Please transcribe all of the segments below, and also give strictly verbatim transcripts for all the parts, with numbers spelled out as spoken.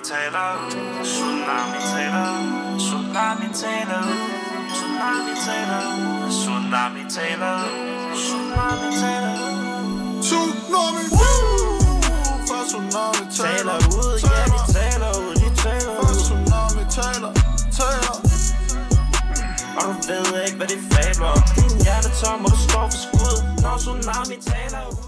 taler ud, tsunami taler ud, tsunami taler ud, tsunami taler ud, tsunami taler ud, tsunami taler ud, tsunami, for tsunami taler ud, ja vi taler ud, vi taler ud, for tsunami taler, taler. Og du ved ikke hvad det fabler, din hjerte tom og du står for skud, når tsunami taler ud.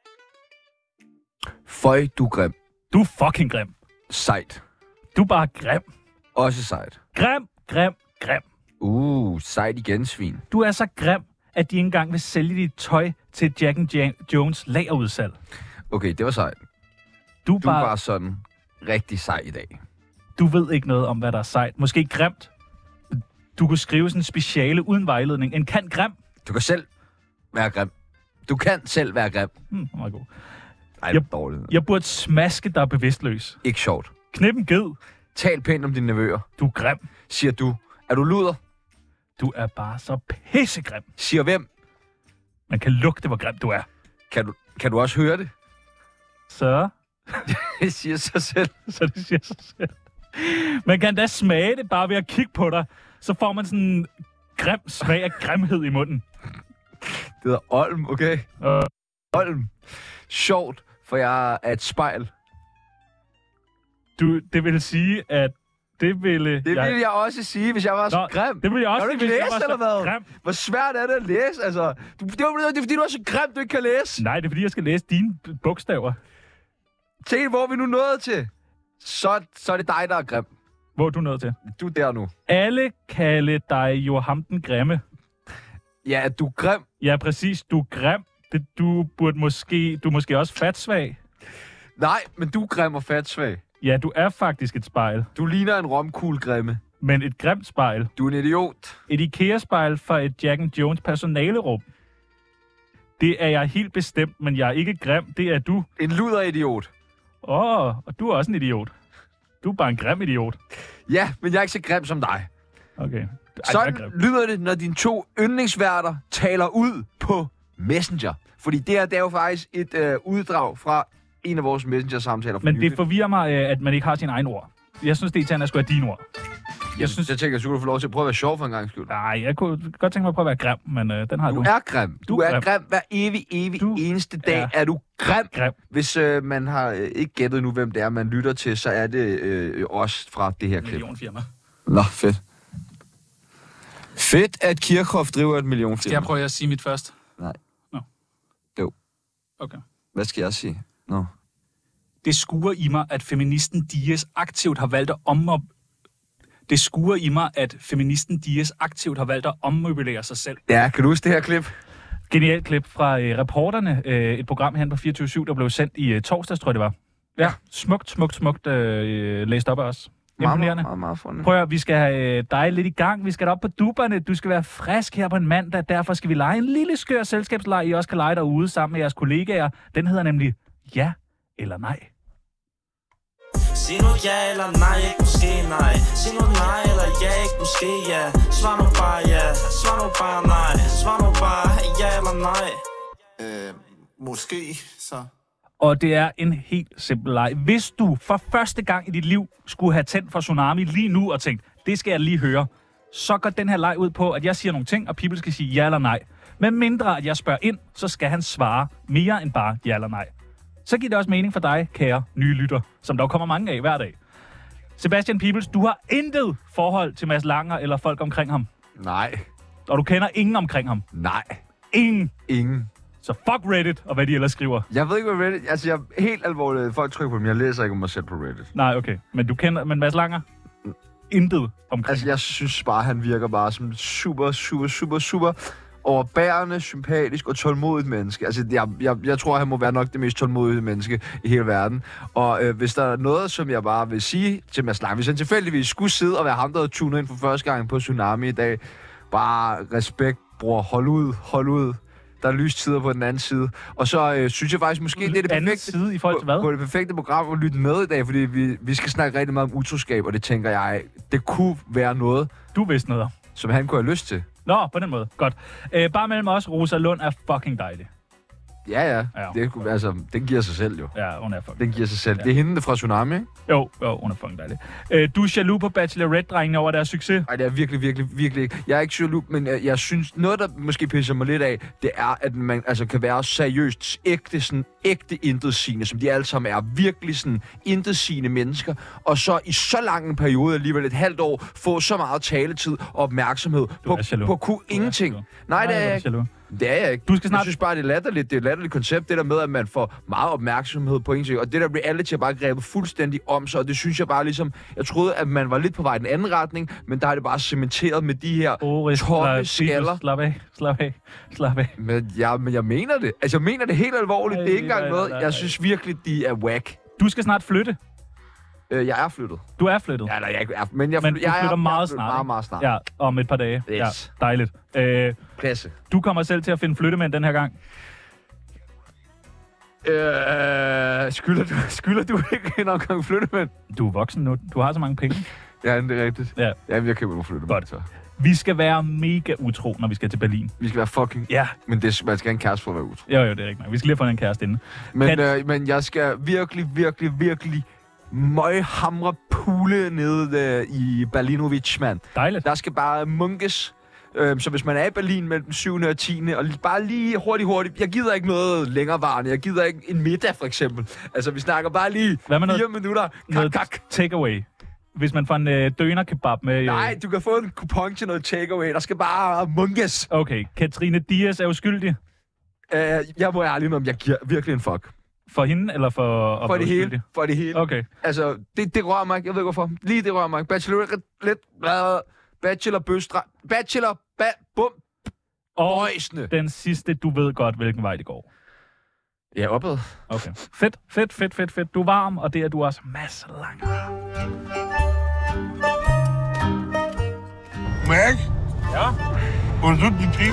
Føj, du er grim. Du er fucking grim. Sejt. Du er bare grim. Også sejt. Grim, grim, grim. Uh, sejt igen, svin. Du er så grim, at de ikke engang vil sælge dit tøj til Jack and Jones lagerudsalg. Okay, det var sejt. Du er Du er bare, bare sådan rigtig sej i dag. du ved ikke noget om, hvad der er sejt. Måske grimt. Du kunne skrive sådan en speciale uden vejledning. En kan grim. Du kan selv være grim. Du kan selv være grim. Hmm, meget god. Ej, Jeg- det er dårligt. Jeg burde smaske dig bevidstløs. Ikke sjovt. Knip en ged. Tal pænt om dine nevøer. Du er grim. Siger du. Er du luder? Du er bare så pissegrim. Siger hvem? Man kan lugte, hvor grim du er. Kan du, kan du også høre det? Så, Det siger sig selv. så det siger sig selv. Man kan da smage det bare ved at kigge på dig. Så får man sådan en grim smag af grimhed i munden. Det hedder Olm, okay? Øh. Olm. Sjovt, for jeg er et spejl. Du, det vil sige, at det ville... Det ville jeg også sige, hvis jeg var så Nå, grim. Det ville jeg også Kan du sige, ikke hvis jeg læse, var eller så hvad? grim. Hvor svært er det at læse, altså? Du, det, er, det er fordi, du er så grim, du ikke kan læse. Nej, det er fordi, jeg skal læse dine b- bogstaver. Se, hvor er vi nu nået til. Så, så er det dig, der er grim. Hvor er du nået til? Du er der nu. Alle kalde dig jo ham den grimme. Ja, at du er grim. Ja, præcis. Du er grim. Det, du burde måske... Du er måske også fatsvag. Nej, men du er grim og fatsvag. Ja, du er faktisk et spejl. Du ligner en romkugle grimme. Men et grimt spejl. Du er en idiot. Et IKEA-spejl fra et Jack and Jones personalerum. Det er jeg helt bestemt, men jeg er ikke grim. Det er du. En luderidiot. Åh, oh, og du er også en idiot. Du er bare en grim idiot. Ja, men jeg er ikke så grim som dig. Okay. Ej, Sådan jeg er grim. lyder det, når dine to yndlingsværter taler ud på Messenger. Fordi det her, det er jo faktisk et øh, uddrag fra en af vores Messenger-samtaler. Men det forvirrer mig, øh, at man ikke har sine egne ord. Jeg synes, det er irriterende at skulle have dine ord. Jeg synes, jeg tænker, at du skulle få lov til at prøve at være sjov for en gang skyld. Nej, jeg kunne godt tænke mig at prøve at være grim, men øh, den har du. Du er grim. Du, Du er er grim. grim hver evig, evig Du eneste dag. er Er du grim? grim. Hvis øh, man har øh, ikke gættet nu, hvem det er, man lytter til, så er det øh, os fra det her klip. Millionfirma. Nå, fedt. Fedt, at Kirchhoff driver et millionfirma. Skal jeg prøve at sige mit først? Nej. Nå. Jo. Okay. Hvad skal jeg sige? Nå. Det skuer i mig, at feministen Dias aktivt har valgt at om Det skuer i mig, at feministen Dias aktivt har valgt at ommøblere sig selv. Ja, kan du huske det her klip? Genialt klip fra øh, Reporterne, øh, et program her på fireogtyve syv, der blev sendt i øh, torsdags, tror jeg det var. Ja, smukt, smukt, smukt øh, læst op af os. Imponerende. Meget, meget, meget Prøv at, vi skal have øh, dig lidt i gang. Vi skal op på dupperne. Du skal være frisk her på en mandag. Derfor skal vi lege en lille skør selskabsleg, I også kan lege derude sammen med jeres kollegaer. Den hedder nemlig Ja eller Nej. Sig nu ja eller nej, ikke måske nej. Sig nu nej eller ja, ikke måske ja. Svar nu bare ja, svar nu bare nej. Svar nu bare ja eller nej. Øh, måske, så... Og det er en helt simpel leg. Hvis du for første gang i dit liv skulle have tændt for Tsunami lige nu og tænkt, det skal jeg lige høre, så går den her leg ud på, at jeg siger nogle ting, og people skal sige ja eller nej. Men mindre at jeg spørger ind, så skal han svare mere end bare ja eller nej. Så giver det også mening for dig, kære nye lytter, som der kommer mange af hver dag. Sebastian Peebles, du har intet forhold til Mads Langer eller folk omkring ham. Nej. Og du kender ingen omkring ham. Nej. Ingen. Ingen. Så fuck Reddit og hvad de ellers skriver. Jeg ved ikke, hvad Reddit... Altså, jeg er helt alvorligt... Folk trykker på dem. Jeg læser ikke om mig selv på Reddit. Nej, okay. Men du kender... Men Mads Langer? Intet omkring. Altså, jeg synes bare, han virker bare som super, super, super, super overbærende, sympatisk og tålmodigt menneske. Altså, jeg, jeg, jeg tror, han må være nok det mest tålmodige menneske i hele verden. Og øh, hvis der er noget, som jeg bare vil sige til Mads Langer, hvis han tilfældigvis skulle sidde og være ham, der havde tunet ind for første gang på Tsunami i dag, bare respekt, bror. Hold ud, hold ud. Der er lystider på den anden side. Og så øh, synes jeg faktisk, måske det er det anden perfekte, side i forhold til hvad? på, på det perfekte program at lytte med i dag, fordi vi, vi skal snakke rigtig meget om utroskab, og det tænker jeg, det kunne være noget, Du vidste noget. som han kunne have lyst til. Nå, på den måde. Godt. Øh, bare mellem os, Rosa Lund er fucking dejlig. Ja, ja. Ja. Det, kunne- altså, den giver sig selv jo. Ja, hun er fucking Den giver sig selv. Ja. Det er hende fra Tsunami, ikke? Jo, jo, hun er fucking dejlig. Øh, du er jaloux på Bachelorette-drengene over deres succes. Nej, det er virkelig, virkelig, virkelig ikke. Jeg er ikke jaloux, men jeg, jeg synes, noget, der måske pisser mig lidt af, det er, at man altså kan være seriøst ægte, sådan ægte intetsigende, som de alle sammen er. Virkelig sådan intetsigende mennesker. Og så i så lang en periode, alligevel et halvt år, få så meget taletid og opmærksomhed på, er jaloux. på ku ingenting. jaloux. Nej, det Nej, er du er jeg ikke. jaloux. Det er jeg ikke. Du skal snart- Jeg synes bare, det er latterligt. Det er et latterligt koncept, det der med, at man får meget opmærksomhed på ingenting. Og det der reality er bare grebet fuldstændig om sig, og det synes jeg bare ligesom... Jeg troede, at man var lidt på vej i den anden retning, men der er det bare cementeret med de her Boris, toppe slap- skaller. Slap af, slap af, slap af. Men jeg, men jeg mener det. Altså, jeg mener det helt alvorligt. Ej, Det er ikke nej, engang nej, noget. nej, Jeg nej. synes virkelig, de er whack. Du skal snart flytte. Øh, Jeg er flyttet. Du er flyttet. Ja, nej, jeg er, men jeg, Men du jeg er, flytter meget jeg er snart, Meget, ikke? meget snart. Ja, om et par dage. Yes. Ja, dejligt. Øh, Klasse. du kommer selv til at finde flyttemænd den her gang. Øh, skylder, du, skylder du ikke en omgang flyttemænd? Du er voksen nu. Du har så mange penge. Ja, det er rigtigt. Ja. Jamen, jeg køber nogle flyttemænd. Godt. Så. Vi skal være mega utro, når vi skal til Berlin. Vi skal være fucking... Ja, Men det, man skal have en kæreste for at være utro. jo, jo, det er ikke nok. Vi skal lige have fundet en kæreste inde. Men, Kan- øh, men jeg skal virkelig, virkelig, virkelig møghamre pule nede øh, i Berlinovic, mand. Dejligt. Der skal bare munkes. Øh, så hvis man er i Berlin mellem syvende og tiende og lige- bare lige hurtigt, hurtigt. Jeg gider ikke noget længerevarende. Jeg gider ikke en middag, for eksempel. Altså, vi snakker bare lige Hvad med noget- fire minutter. Kak, Noget kak. takeaway. Hvis man får en øh, døner-kebab med... Øh, Nej, du kan få en kupon til noget takeaway. Der skal bare munkes. Okay, Katrine Dias er uskyldig. Øh, jeg må ærligt om, jeg giver virkelig en fuck. For hende, eller for... at For blive det hele. uskyldig? For det hele. Okay. Altså, det, det rører mig ikke. Jeg ved ikke hvorfor. Lige det rører mig ikke. Bachelor... Lidt... Bachelor... Bøstra... Bachelor... Ba, bum... Og Bøjsene. den sidste, du ved godt, hvilken vej det går. Ja, opad. Okay. Fedt, fedt, fedt, fedt, fedt. Du er varm, og det er du også masser lang. Mac? Ja? Hvor er du din pik?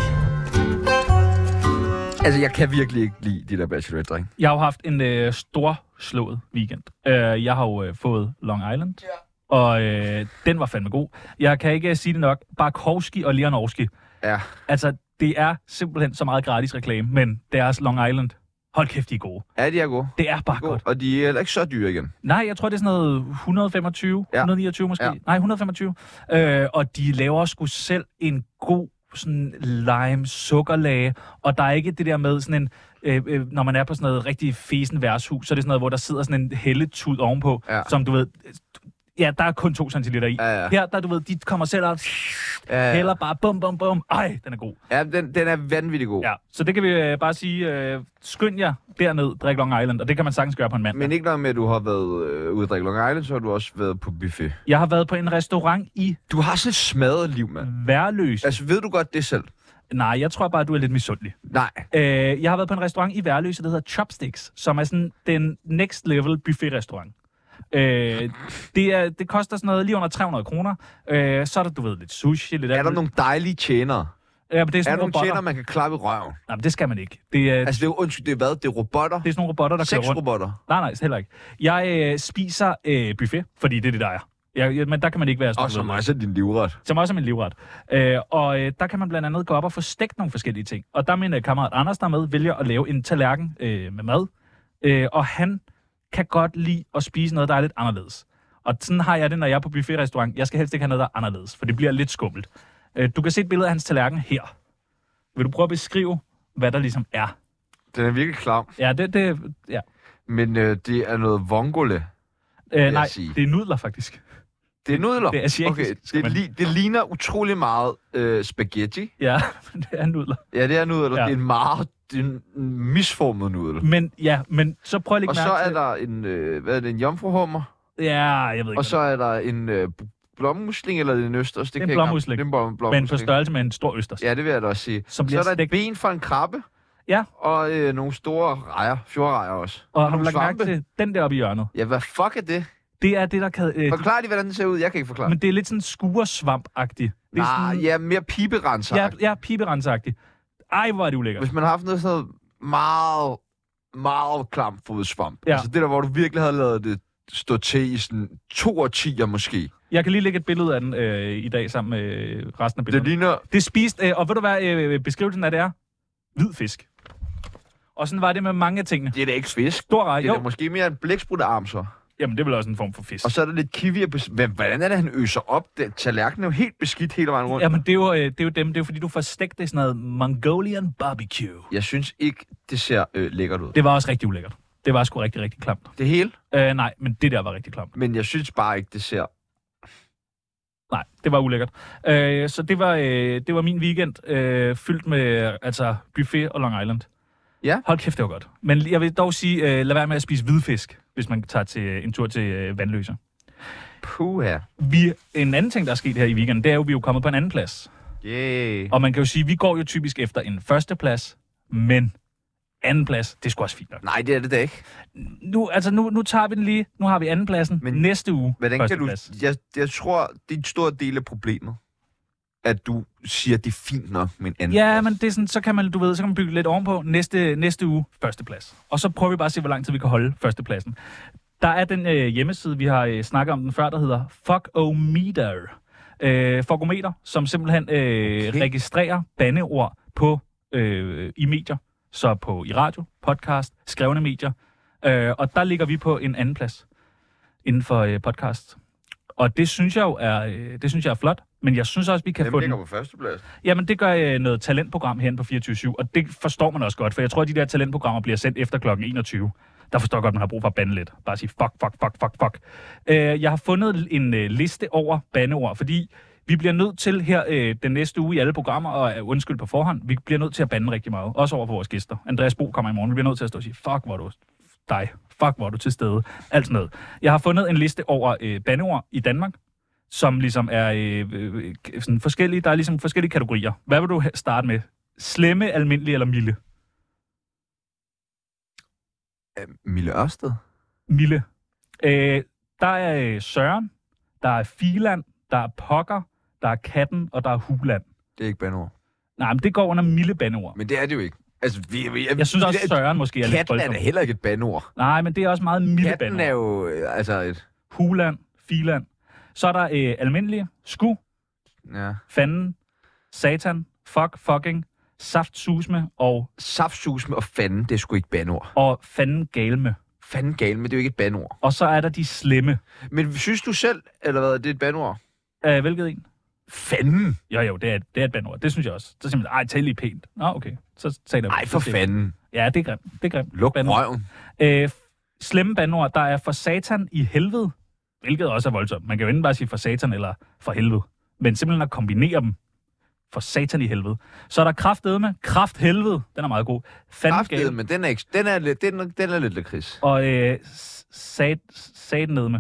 Altså, jeg kan virkelig ikke lide de der bachelorette-drenge. Jeg har jo haft en øh, storslået weekend. Øh, jeg har jo øh, fået Long Island, ja. og øh, den var fandme god. Jeg kan ikke sige det nok. Barkowski og Leonovski. Ja. Altså, det er simpelthen så meget gratis reklame, men deres Long Island, hold kæft, de er gode. Ja, de er gode. Det er bare Gode. godt. Og de er heller ikke så dyre igen. Nej, jeg tror, det er sådan noget et hundrede og femogtyve, Ja. et hundrede og niogtyve måske. Ja. Nej, et hundrede og femogtyve. Øh, og de laver sgu selv en god sådan lime sukkerlage, og der er ikke det der med sådan en, øh, øh, når man er på sådan noget rigtig fesen værtshus, så er det sådan noget, hvor der sidder sådan en helletud ovenpå, Ja. som du ved, ja, der er kun to centiliter i. Ja, ja. Her, der du ved, de kommer selv op, Ja, ja. hælder bare bum, bum, bum. Ej, den er god. Ja, den, den er vanvittig god. Ja, så det kan vi øh, bare sige, øh, skynd jer derned, drik Long Island, og det kan man sagtens gøre på en mand. Men ikke nok med, at du har været øh, ude at drikke Long Island, så har du også været på buffet. Jeg har været på en restaurant i Du har sådan et smadret liv, mand. Værløse. Altså, ved du godt det selv? Nej, jeg tror bare, at du er lidt misundelig. Nej. Øh, jeg har været på en restaurant i Værløse, der hedder Chopsticks, som er sådan den next level buffet-restaurant. Øh, det, er, det koster sådan noget lige under tre hundrede kroner. Øh, så er der, du ved, lidt sushi, lidt Er alt der muligt. nogle dejlige tjenere? Ja, men det er Er sådan der nogle nogle tjenere, robotter. man kan klappe i røven? Nej, men det skal man ikke. Det er, Altså, det er jo undskyld, det er hvad? Det er robotter? det er sådan nogle robotter, der kører Seks rundt. robotter? Nej, nej, heller ikke. Jeg øh, spiser øh, buffet, fordi det er det, der er. Jeg, jeg, men der kan man ikke være sådan Og som også er din livret. Som også er min livret. Øh, og øh, der kan man blandt andet gå op og få stegt nogle forskellige ting. Og der er min øh, kammerat Anders, der er med, vælger at lave en tallerken øh, med mad. Øh, og han kan godt lide at spise noget, der er lidt anderledes. Og sådan har jeg det, når jeg er på buffetrestaurant. Jeg skal helst ikke have noget, der er anderledes, for det bliver lidt skummelt. Øh, du kan se et billede af hans tallerken her. Vil du prøve at beskrive, hvad der ligesom er? Den er virkelig klam. Ja, det, det ja. Men øh, det er noget vongole. Øh, jeg nej, sige. det er nudler faktisk. Det er nudler? Det er asiatisk, Okay, skal det, man- li- det ligner utrolig meget øh, spaghetti. Ja, det er nudler. Ja, det er nudler. Ja. Det er en meget det er en misformet nudel. Men ja, men så prøv at lægge Og mærke så er til... der en, øh, hvad er det, en jomfruhummer. Ja, jeg ved ikke. Og så er der en øh, blommusling, eller er det en østers? Det Det er en kan jeg ikke- blåmusling. Det er en blom- men blåmusling. på størrelse med en stor østers. Ja, det vil jeg da også sige. Som Så bliver er der et stegt. ben fra en krabbe. Ja. Og øh, nogle store rejer. Fjordrejer også. Og har du nogle lagt mærke svampe. til den der oppe i hjørnet? Ja, hvad fuck er det? Det er det, der kan... Øh, Forklar lige, hvordan det ser ud. Jeg kan ikke forklare. men det er lidt sådan skuresvamp-agtigt. Det er Nej, sådan, ja, mere piberenser. ja, ja, piberensagtigt. Ej, hvor er det ulækkert. Hvis man har haft noget sådan noget meget, meget klam fodsvamp. Ja. Altså det der, hvor du virkelig havde lavet det stå til i sådan to årtier måske. Jeg kan lige lægge et billede af den øh, i dag sammen med øh, resten af Det billederne. ligner... Det er spist, øh, og ved du hvad øh, beskrivelsen af det er? Hvid fisk. Og sådan var det med mange af tingene. Det er da ikke fisk. Stor rej, Det er jo. da måske mere en blækspruttearm, så. Jamen, det er vel også en form for fisk. Og så er der lidt kiwi. Hvem- Hvordan er det, han øser op? Den tallerken er jo helt beskidt hele vejen rundt. Jamen, det er, jo, øh, det er jo dem. Det er jo fordi, du får stegt det i sådan noget Mongolian barbecue. Jeg synes ikke, det ser øh, lækkert ud. Det var også rigtig ulækkert. Det var sgu rigtig, rigtig klamt. Det hele. Øh, nej, men det der var rigtig klamt. Men jeg synes bare ikke, det ser... Nej, det var ulækkert. Øh, så det var, øh, det var min weekend, øh, fyldt med altså, buffet og Long Island. Ja. Hold kæft, det var godt. Men jeg vil dog sige, øh, lad være med at spise hvidfisk, hvis man tager til en tur til øh, Vandløse. Puha. Vi, en anden ting, der er sket her i weekenden, det er jo, at vi er jo kommet på en anden plads. Yeah. Og man kan jo sige, at vi går jo typisk efter en første plads, men anden plads, det er sgu også fint nok. Nej, det er det da ikke. Nu, altså nu, nu tager vi den lige. Nu har vi anden pladsen. Men Men næste uge Hvordan kan du... førsteplads. Jeg, jeg tror, det er en stor del af problemet, at du siger, at det er fint nok med en anden Ja, plads. men det er sådan, så kan man, du ved, så kan man bygge lidt ovenpå. Næste, næste uge, førsteplads. Og så prøver vi bare at se, hvor lang tid vi kan holde førstepladsen. Der er den øh, hjemmeside, vi har øh, snakket om den før, der hedder Fuck-O-Meter. Øh, Fuck-O-Meter, som simpelthen øh, Okay. registrerer bandeord på, øh, i medier. Så på i radio, podcast, skrevne medier. Øh, og der ligger vi på en anden plads inden for øh, podcast. Og det synes jeg jo er, øh, det synes jeg er flot. Men jeg synes også, vi kan Hvem få ligger den... på førsteplads? Jamen, det gør øh, noget talentprogram herinde på fireogtyve syv, og det forstår man også godt, for jeg tror, at de der talentprogrammer bliver sendt efter klokken enogtyve. Der forstår jeg godt, at man har brug for at bande lidt. Bare sige fuck, fuck, fuck, fuck, fuck. Øh, jeg har fundet en øh, liste over bandeord, fordi vi bliver nødt til her øh, den næste uge i alle programmer, og øh, undskyld på forhånd, vi bliver nødt til at bande rigtig meget. Også over for vores gæster. Andreas Bo kommer i morgen, vi bliver nødt til at stå og sige, fuck, hvor er du dig. Fuck, hvor er du til stede. Alt sådan noget. Jeg har fundet en liste over øh, bandeord i Danmark, som ligesom er øh, øh, sådan forskellige. Der er ligesom forskellige kategorier. Hvad vil du ha- starte med? Slemme, almindelige eller milde? Øh, Mille Ørsted? Milde. Øh, der er øh, Søren, der er Filand, der er Pokker, der er Katten, og der er Huland. Det er ikke bandeord. Nej, men det går under milde bandeord. Men det er det jo ikke. Altså, vi, vi, Jeg synes også, det- Søren måske er lidt Katten er voldsom. da heller ikke et bandeord. Nej, men det er også meget milde Katten bandeord. er jo øh, altså et... Huland, Filand. Så er der øh, almindelige, sku, Ja. fanden, satan, fuck, fucking, saftsusme og, Saftsusme og fanden, det er sgu ikke bandeord. og fanden galme. Fanden gal, men det er jo ikke et bandeord. Og så er der de slemme. Men synes du selv, eller hvad, det er et bandeord? Øh, hvilket en? Fanden? Jo, jo, det er, det er et bandord. Det synes jeg også. Så simpelthen, ej, tal lige pænt. Nå, okay. Så sagde der. Nej, for så siger jeg. fanden. Ja, det er grimt. Det er grimt. Luk Bandord. røven. Øh, slemme bandord, der er for satan i helvede, hvilket også er voldsomt. Man kan jo enten bare sige for satan eller for helvede. Men simpelthen at kombinere dem. For satan i helvede. Så er der kraftedme. Kraft helvede. Den er meget god. Fanden Kraftedet, gal. men den er, ikke, den er, lidt, den er, den er lidt lakrids. Og øh, sat, satanedme.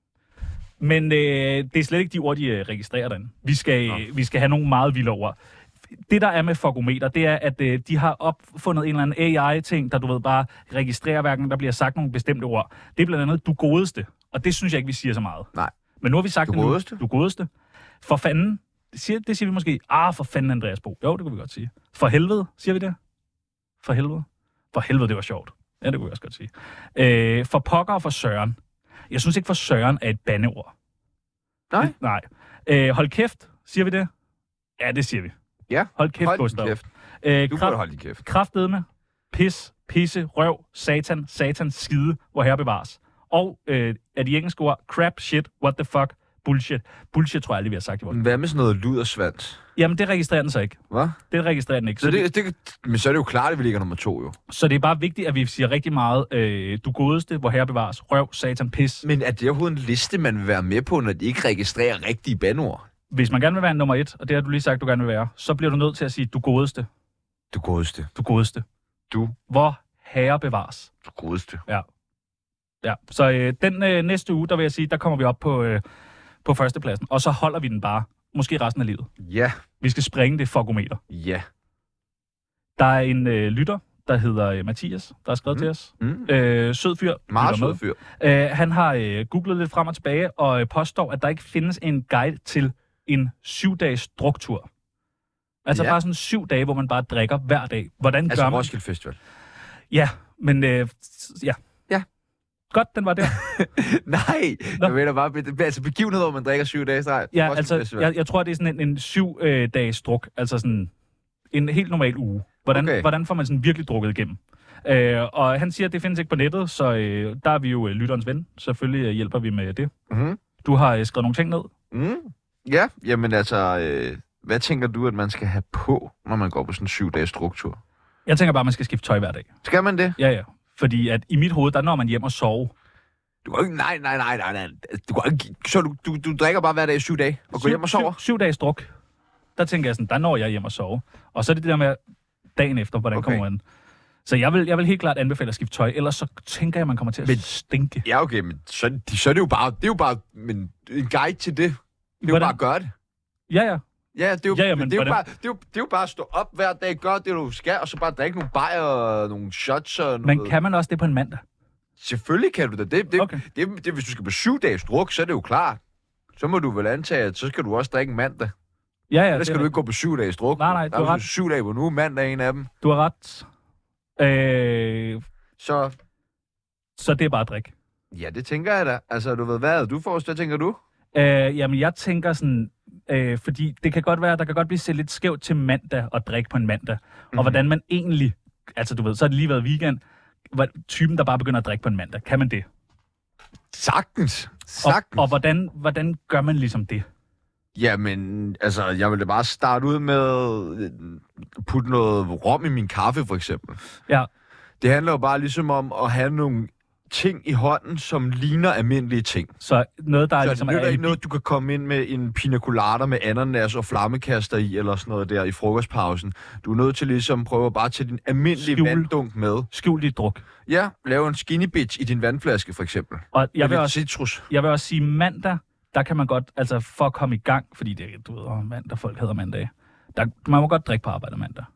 Men øh, det er slet ikke de ord, de øh, registrerer den. Vi skal, øh, vi skal have nogle meget vilde ord. Det, der er med Fuck-O-Meter, det er, at øh, de har opfundet en eller anden A I-ting, der du ved bare registrerer, hverken der bliver sagt nogle bestemte ord. Det er blandt andet du godeste. Og det synes jeg ikke, vi siger så meget. Nej. Men nu har vi sagt Du det nu. godeste? Du godeste. For fanden. Det siger, det siger vi måske. Ah, for fanden, Andreas Bo. Jo, det kunne vi godt sige. For helvede, siger vi det? For helvede. For helvede, det var sjovt. Ja, det kunne vi også godt sige. Øh, for pokker og for søren. Jeg synes ikke, for søren er et bandeord. Nej. Nej. Øh, hold kæft, siger vi det? Ja, det siger vi. Ja. Hold kæft, Hold din Gustav. kæft. Øh, Du kraft, burde holde din kæft. kraftedme, pis, pisse, røv, satan, satans skide, hvor herre bevares. Og øh, af de engelske ord, crap, shit, what the fuck, bullshit. Bullshit tror jeg aldrig, vi har sagt i vores. Hvad med sådan noget ludersvans? Jamen, det registrerer den så ikke. Hvad? Det registrerer den ikke. Så det, det, men så er det jo klart, at vi ligger nummer to, jo. Så det er bare vigtigt, at vi siger rigtig meget, øh, du godeste, hvor herre bevares, røv, satan, pis. Men er det overhovedet en liste, man vil være med på, når de ikke registrerer rigtige bandeord? Hvis man gerne vil være en nummer et, og det har du lige sagt, du gerne vil være, så bliver du nødt til at sige, du godeste, Du godeste. du godeste. Du. Hvor herre bevares. Du godeste. Ja, så øh, den øh, næste uge, der vil jeg sige, der kommer vi op på, øh, på førstepladsen, og så holder vi den bare, måske resten af livet. Ja. Vi skal springe det Fuck-O-Meter. Ja. Der er en øh, lytter, der hedder øh, Mathias, der har skrevet mm. til os. Mm. Øh, sød fyr. Meget lytter sød med. fyr. Øh, han har øh, googlet lidt frem og tilbage, og øh, påstår, at der ikke findes en guide til en syv-dages druktur. Altså Ja. bare sådan syv dage, hvor man bare drikker hver dag. Hvordan Altså gør man? Roskilde Festival. Ja, men øh, ja. Ja. Godt, den var der. Nej, Nå. jeg mener bare, be- altså begivenheder, hvor man drikker syv dage i streg. Ja, Roskilde altså, Festival. jeg, jeg tror, det er sådan en, en syv-dages druk. Altså sådan en helt normal uge. Hvordan, Okay. hvordan får man sådan virkelig drukket igennem? Øh, og han siger, at det findes ikke på nettet, så øh, der er vi jo øh, lytterens ven. Selvfølgelig øh, hjælper vi med det. Mm-hmm. Du har øh, skrevet nogle ting ned. Mm. Ja, jamen altså, øh, hvad tænker du, at man skal have på, når man går på sådan en syv-dages struktur? Jeg tænker bare, at man skal skifte tøj hver dag. Skal man det? Ja, ja. Fordi at i mit hoved, der når man hjem og sove. Du går ikke, nej, nej, nej, nej, nej. Du går ikke, så du, du, du drikker bare hver dag i syv dage og går hjem og sover? Syv, syv dages druk. Der tænker jeg sådan, der når jeg hjem og sove. Og så er det det der med dagen efter, hvordan okay. kommer man. Så jeg vil, jeg vil helt klart anbefale at skifte tøj, ellers så tænker jeg, at man kommer til at men, stinke. Ja, okay, men så, så er det jo bare, det er jo bare men, en guide til det. Det er hvordan? Jo bare at gøre det. Ja, ja. Ja, det er jo, ja, ja, men det er jo, bare, det er jo, det er jo bare at stå op hver dag, gøre det, du skal, og så bare drikke nogle bajer og nogle shots og noget. Men kan man også det på en mandag? Selvfølgelig kan du det. Det, det, okay. det, det, det. Hvis du skal på syv dages druk, så er det jo klart. Så må du vel antage, at så skal du også drikke en mandag. Ja, ja. Der skal du ikke gå på syv dages druk. Nej, nej, du har ret. Syv dage på nu, mandag er en af dem. Du har ret. Øh... Så... Så det er bare at drikke. Ja, det tænker jeg da. Altså, du ved, hvad du får, hvad tænker du? Øh, jamen, jeg tænker sådan... Øh, fordi det kan godt være, der kan godt blive set lidt skævt til mandag og drikke på en mandag. Mm-hmm. Og hvordan man egentlig... Altså, du ved, så har det lige været weekend. Typen, der bare begynder at drikke på en mandag. Kan man det? Sagtens. Sagtens. Og, og hvordan, hvordan gør man ligesom det? Jamen, altså, jeg ville bare starte ud med at putte noget rom i min kaffe, for eksempel. Ja. Det handler jo bare ligesom om at have nogle ting i hånden, som ligner almindelige ting. Så noget, der er så ligesom... Så det er ikke noget, du kan komme ind med en pina colada med ananas og flammekaster i, eller sådan noget der i frokostpausen. Du er nødt til ligesom at prøve bare at tage din almindelige Skjul. vanddunk med. Skjul dit druk. Ja, lave en skinny bitch i din vandflaske, for eksempel. Og jeg vil, også, citrus. jeg vil også sige, mandag, der kan man godt, altså for at komme i gang, fordi det er, du ved, oh, mandag, folk hedder mandag. Der, man må godt drikke på arbejde mandag.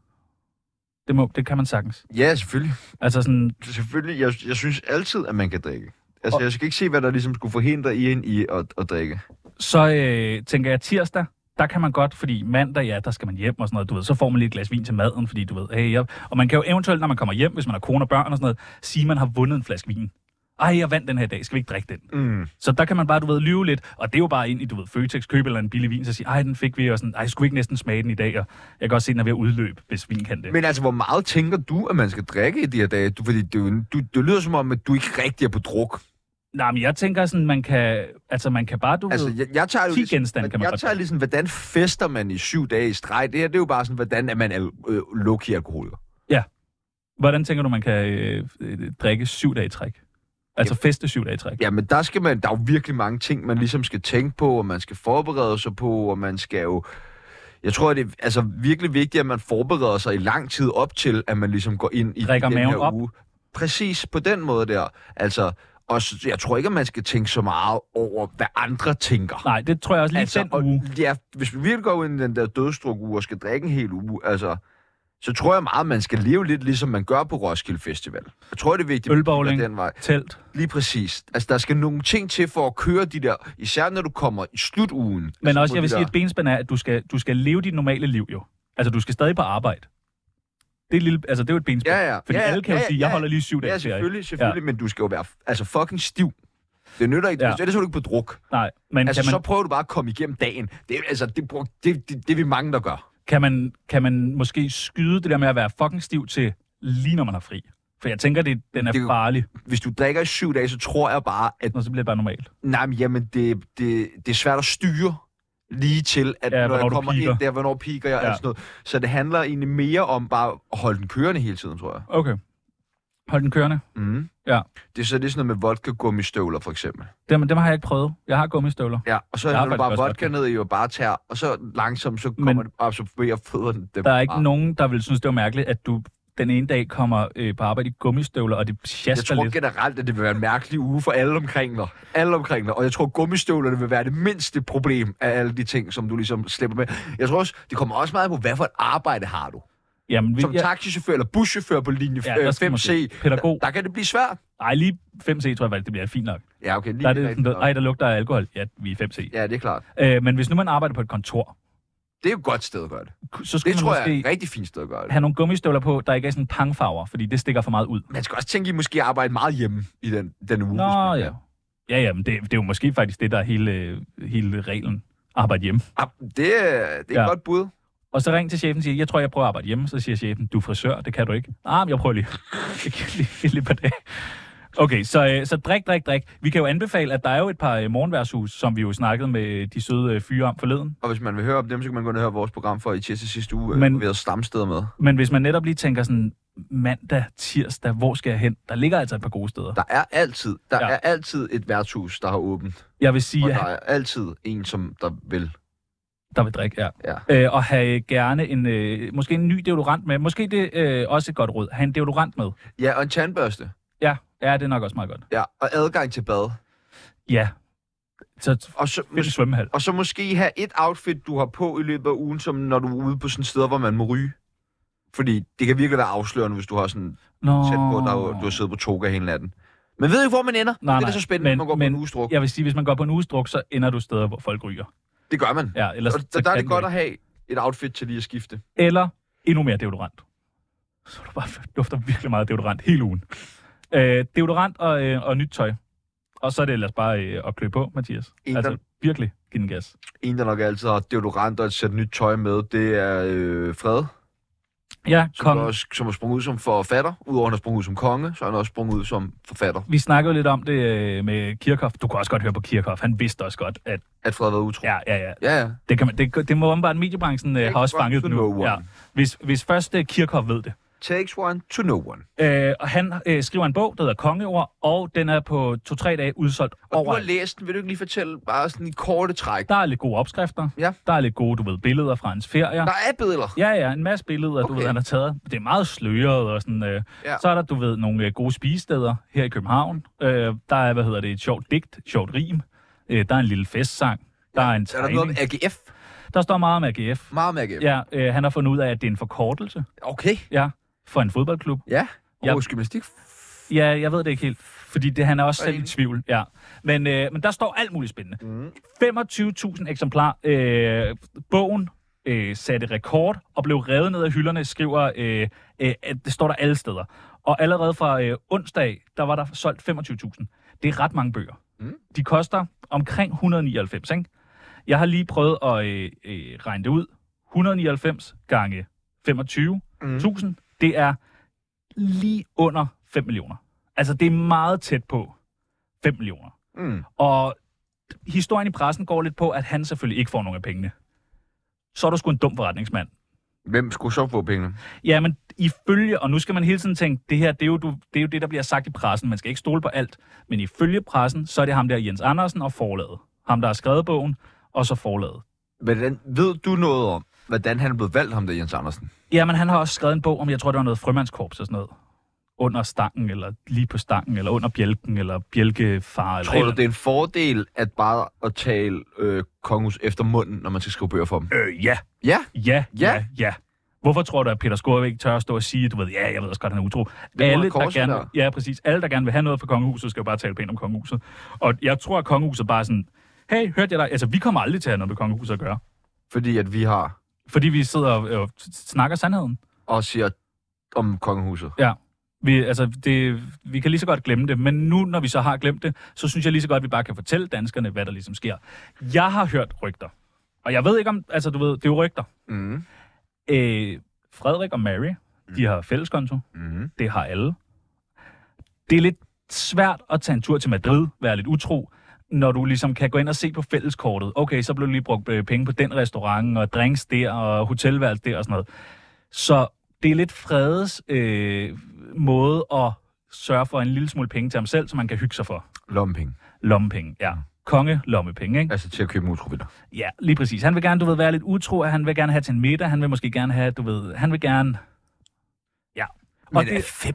Det, må, det kan man sagtens. Ja, selvfølgelig. Altså sådan... Selvfølgelig. Jeg, jeg synes altid, at man kan drikke. Altså, og, jeg skal ikke se, hvad der ligesom skulle forhindre en i at, at drikke. Så øh, tænker jeg, tirsdag, der kan man godt, fordi mandag, ja, der skal man hjem og sådan noget, du ved, så får man lige et glas vin til maden, fordi du ved, hey, jeg, og man kan jo eventuelt, når man kommer hjem, hvis man har kone og børn og sådan noget, sige, at man har vundet en flaske vin. Ej, jeg vandt den her dag, skal vi ikke drikke den? Mm. Så der kan man bare, du ved, lyve lidt, og det er jo bare ind i, du ved, Føtex, købe eller en billig vin, så sige, ej, den fik vi, og sådan, ej, skulle vi ikke næsten smage den i dag, og jeg kan også se, den er ved at udløbe, hvis vin kan det. Men altså, hvor meget tænker du, at man skal drikke i de her dage? Du, fordi du, du, det lyder som om, at du ikke rigtig er på druk. Nej, men jeg tænker sådan, man kan, altså man kan bare, du altså, ved, jeg, jeg tager jo ti ligesom, genstande kan man Jeg godt tager ligesom, hvordan fester man i syv dage i streg? Det her, det er jo bare sådan, hvordan er man øh, low-key alkoholiker. Ja. Hvordan tænker du, man kan øh, øh, drikke syv dage i træk? Altså ja. Feste syv dage i træk. Ja, men der skal man, der er jo virkelig mange ting, man ligesom skal tænke på, og man skal forberede sig på, og man skal jo... Jeg tror, det er altså, virkelig vigtigt, at man forbereder sig i lang tid op til, at man ligesom går ind i Drikker den her op. uge. Præcis, på den måde der. Altså, og jeg tror ikke, at man skal tænke så meget over, hvad andre tænker. Nej, det tror jeg også lige altså, den uge. Og, ja, hvis vi virkelig går ind i den der dødstruk-uge og skal drikke en hel uge, altså... så tror jeg meget, at man skal leve lidt, ligesom man gør på Roskilde Festival. Jeg tror, det er vigtigt, Ølbowling, den vej. telt. Lige præcis. Altså, der skal nogle ting til for at køre de der, især når du kommer i slutugen. Men også, jeg vil sige, at et benspænd er, at du skal, du skal leve dit normale liv, jo. Altså, du skal stadig på arbejde. Det er, lille, altså, det er jo et benspænd. Ja, ja. Fordi ja, ja, alle kan jo ja, sige, ja, jeg holder lige syv dage. Ja, selvfølgelig, selvfølgelig, ja. Men du skal jo være altså, fucking stiv. Det nytter ikke. Ja. Ellers er du ikke på druk. Nej, men altså, kan man... så prøver du bare at komme igennem dagen. Det er, altså, det, det, det, det, det er vi mange, der gør. Kan man, kan man måske skyde det der med at være fucking stiv til lige når man har fri? For jeg tænker, det, den er det, farlig. Hvis du drikker i syv dage, så tror jeg bare, at... Og så bliver det bare normalt. Nej, men jamen, det, det, det er svært at styre lige til, at ja, når jeg kommer piker. ind der, hvornår piker jeg, ja. og sådan noget. Så det handler egentlig mere om bare at holde den kørende hele tiden, tror jeg. Okay. Hold den kørende? Mm. Ja. Det er så det er sådan noget med vodka-gummistøvler, for eksempel. Dem, dem har jeg ikke prøvet. Jeg har gummistøvler. Ja, og så hælder du bare vodka ned i og bare tager, og så langsomt, så kommer men, det op, så forbi og fødderne dem. Der er ikke bare. nogen, der vil synes, det var mærkeligt, at du den ene dag kommer øh, på arbejde i gummistøvler, og det sjasker lidt. Jeg tror lidt. generelt, at det vil være en mærkelig uge for alle omkring dig. Alle omkring dig. Og jeg tror, at gummistøvlerne vil være det mindste problem af alle de ting, som du ligesom slipper med. Jeg tror også, det kommer også meget på, hvad for et arbejde har du? Jamen, vi, som ja. taxichauffør eller buschauffør på linje ja, fem C. Pædagog. Der, der kan det blive svært. Nej, lige fem C tror jeg faktisk, det bliver fint nok. Ja, okay. Lige der er det sådan, ej, der lugter af alkohol. Ja, vi er fem C. Ja, det er klart. Øh, men hvis nu man arbejder på et kontor. Det er jo et godt sted at gøre det. Så det tror jeg er et rigtig fint sted at gøre det. Have nogle gummistøvler på, der ikke er sådan pangfarver, fordi det stikker for meget ud. Man skal også tænke, at I måske arbejde meget hjemme i den, den uge. Nå, ja. Ja, ja, men det, det er jo måske faktisk det, der er hele, hele reglen. Arbejde hjemme. Ah, det, er, det er et ja. godt bud. Og så ring til chefen og siger, jeg tror, jeg prøver at arbejde hjemme. Så siger chefen, du er frisør, det kan du ikke. Ah, men jeg prøver lige. Jeg kan lige, lige på det. Okay, så, så drik, drik, drik. Vi kan jo anbefale, at der er jo et par morgenværshus, som vi jo snakkede med de søde fyre om forleden. Og hvis man vil høre om dem, så kan man gå ned og høre vores program for i tirsdag sidste uge, Men- men, vi havde stamsteder med. Men hvis man netop lige tænker sådan, mandag, tirsdag, hvor skal jeg hen? Der ligger altså et par gode steder. Der er altid, der Ja. ja. er altid et værtshus, der har åbent. Jeg vil sige, Og at der er altid en, som der vil. der vil drikke, ja. Ja. Øh, og have gerne en, øh, måske en ny deodorant med. Måske det øh, også et godt råd. Ha' en deodorant med. Ja, og en tandbørste. Ja, ja, det er nok også meget godt. Ja, og adgang til bad. Ja. Så Og så, find en svømmehal. og så måske have et outfit, du har på i løbet af ugen, som når du er ude på sådan et sted, hvor man må ryge. Fordi det kan virkelig være afslørende, hvis du har sådan Nå. tæt på, der du har siddet på toga hele natten. Men ved ikke, hvor man ender. Nej, det er nej. da så spændende, Men- når man går men- på en ugestruk. Jeg vil sige, hvis man går på en ugestruk, så ender du steder, hvor folk ryger. Det gør man. Ja, ellers, Og så der, der er kan det du godt ikke. at have et outfit til lige at skifte. Eller endnu mere deodorant. Så du bare dufter virkelig meget deodorant hele ugen. Øh, deodorant og, øh, og nyt tøj. Og så er det ellers bare øh, at klø på, Mathias. En, Altså der- virkelig give den gas. En, der nok altid har deodorant og et sæt nyt tøj med, det er øh, Fred, Ja, som, kom. også, som har sprunget ud som forfatter. Udover at han har sprunget ud som konge, så har han også sprunget ud som forfatter. Vi snakkede jo lidt om det øh, med Kirchhoff. Du kan også godt høre på Kirchhoff. Han vidste også godt, at At Fred har været utro. ja, ja, ja. Ja, ja. Det, kan man, det, det må åbenbart mediebranchen øh, har også Takes fanget one det to nu. know one. Ja. Hvis, hvis først øh, Kirchhoff ved det. Takes one to no one. Øh, og han øh, skriver en bog, der hedder Kongeord, og den er på to-tre dage udsolgt Og du har overalt. læst den, vil du ikke lige fortælle bare sådan i korte træk? Der er lidt gode opskrifter. Ja. Der er lidt gode, du ved, billeder fra hans ferier. Der er billeder. Ja, ja, en masse billeder, okay. du Okay. ved, han har taget. Det er meget sløret og sådan. Øh. Ja. Så er der, du ved, nogle øh, gode spisesteder her i København. Øh, der er, hvad hedder det, et sjovt digt, sjovt rim. Øh, der er en lille festsang. Der er en Er der tegning. noget om A G F? Der står meget om A G F. Meget om A G F. Ja, øh, han har fundet ud af, at det er en forkortelse. Okay. Ja, for en fodboldklub. Ja. Ja. Og gymnastik. Ja, jeg ved det ikke helt, fordi det, han er også selv i enig. tvivl. Ja. Men, øh, men der står alt muligt spændende. Mm. femogtyve tusind eksemplar. Øh, bogen øh, satte rekord og blev revet ned af hylderne, skriver, øh, øh, at det står der alle steder. Og allerede fra øh, onsdag, der var der solgt femogtyve tusind. Det er ret mange bøger. Mm. De koster omkring et hundrede og nioghalvfems, ikke? Jeg har lige prøvet at øh, øh, regne det ud. et hundrede og nioghalvfems gange femogtyve tusind, mm. det er lige under fem millioner. Altså, det er meget tæt på fem millioner. Mm. Og historien i pressen går lidt på, at han selvfølgelig ikke får nogen af pengene. Så er du sgu en dum forretningsmand. Hvem skulle så få pengene? Ja, men ifølge, og nu skal man hele tiden tænke, det her, det er, jo, du, det er jo det, der bliver sagt i pressen. Man skal ikke stole på alt. Men ifølge pressen, så er det ham der, Jens Andersen, og forlaget. Ham, der har skrevet bogen, og så forlaget. Hvordan, ved du noget om, hvordan han er blevet valgt, ham der Jens Andersen? Jamen, han har også skrevet en bog om, jeg tror, det var noget frømandskorps og sådan noget. Under stangen, eller lige på stangen, eller under bjælken, eller bjælkefar. Eller Tror du, eller det er en fordel at bare at tale øh, konghus efter munden, når man skal skrive bøger for dem? Øh, ja. Ja. Ja, ja, Ja. ja. Hvorfor tror du, at Peter Skorvæk tør at stå og sige, du ved, ja, jeg ved også godt, han er utro. er Alle, der korset gerne, der. ja, præcis. Alle, der gerne vil have noget fra kongehuset, skal jo bare tale pænt om kongehuset. Og jeg tror, at kongehuset bare er sådan, hey, hørte jeg dig? Altså, vi kommer aldrig til at have noget med kongehuset at gøre. Fordi at vi har Fordi vi sidder og, og snakker sandheden. og siger om kongehuset. Ja. Vi, altså, det, vi kan lige så godt glemme det, men nu, når vi så har glemt det, så synes jeg lige så godt, at vi bare kan fortælle danskerne, hvad der ligesom sker. Jeg har hørt rygter. Og jeg ved ikke om, altså du ved, det er jo rygter. Mm. Øh, Frederik og Mary, de har fælleskonto. Mm. Det har alle. Det er lidt svært at tage en tur til Madrid, være lidt utro, når du ligesom kan gå ind og se på fælleskortet. Okay, så blev lige brugt øh, penge på den restaurant, og drinks der, og hotelværelse der og sådan noget. Så det er lidt Fredes øh, måde at sørge for en lille smule penge til ham selv, som man kan hygge sig for. Lommepenge. Lommepenge, ja. Konge lommepenge, ikke? Altså til at købe en utrovinder. Ja, lige præcis. Han vil gerne, du ved, være lidt utro, han vil gerne have til en middag, han vil måske gerne have, du ved, han vil gerne... Ja. Og Men det, er fem,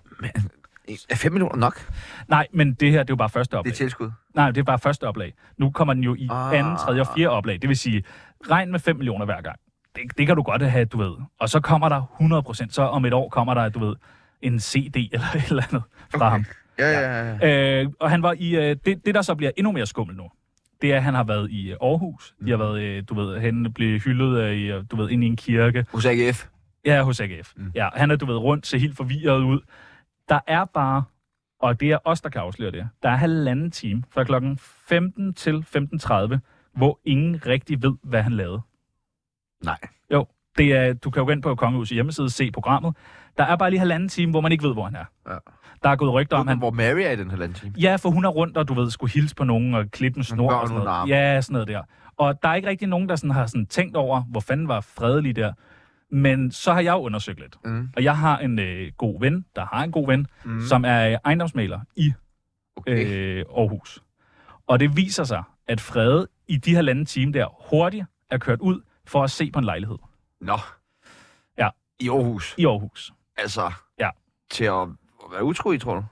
er fem millioner nok? nej, men det her, det er jo bare første Det oplag. er tilskud. Nej, det er bare første oplag. Nu kommer den jo i Ah. anden, tredje og fjerde oplag. Det vil sige, regn med fem millioner hver gang. Det, det kan du godt have, du ved. Og så kommer der hundrede procent. Så om et år kommer der, du ved, en C D eller et eller andet fra okay. ham. Ja, ja, ja. Øh, og han var i... Øh, det, det, der så bliver endnu mere skummel nu, det er, at han har været i øh, Aarhus. De har været, øh, du ved, han blev hyldet af, øh, du ved, inde i en kirke. Hos A G F. Ja, hos A G F. Mm. Ja, han er, du ved, rundt, ser helt forvirret ud. Der er bare, og det er os, der kan afsløre det, der er halvanden time fra klokken femten til femten tredive, hvor ingen rigtig ved, hvad han lavede. Nej. Jo, Det er, du kan jo gå ind på Kongehusets hjemmeside, se programmet. Der er bare lige halvanden time, hvor man ikke ved, hvor han er. Ja. Der er gået rygter om, han... Hvor Mary er i den halvanden time. Ja, for hun er rundt, og du ved, skulle hilse på nogen og klippe en snor og sådan noget. Ja, sådan noget der. Og der er ikke rigtig nogen, der sådan har sådan tænkt over, hvor fanden var fredelig der. Men så har jeg jo undersøgt lidt. Mm. Og jeg har en øh, god ven, der har en god ven, mm. som er ejendomsmægler i okay. øh, Aarhus. Og det viser sig, at Frede i de halvanden time der hurtigt er kørt ud for at se på en lejlighed. Nå. Ja. I Aarhus? I Aarhus. Altså, ja. Til at være utro i, tror du?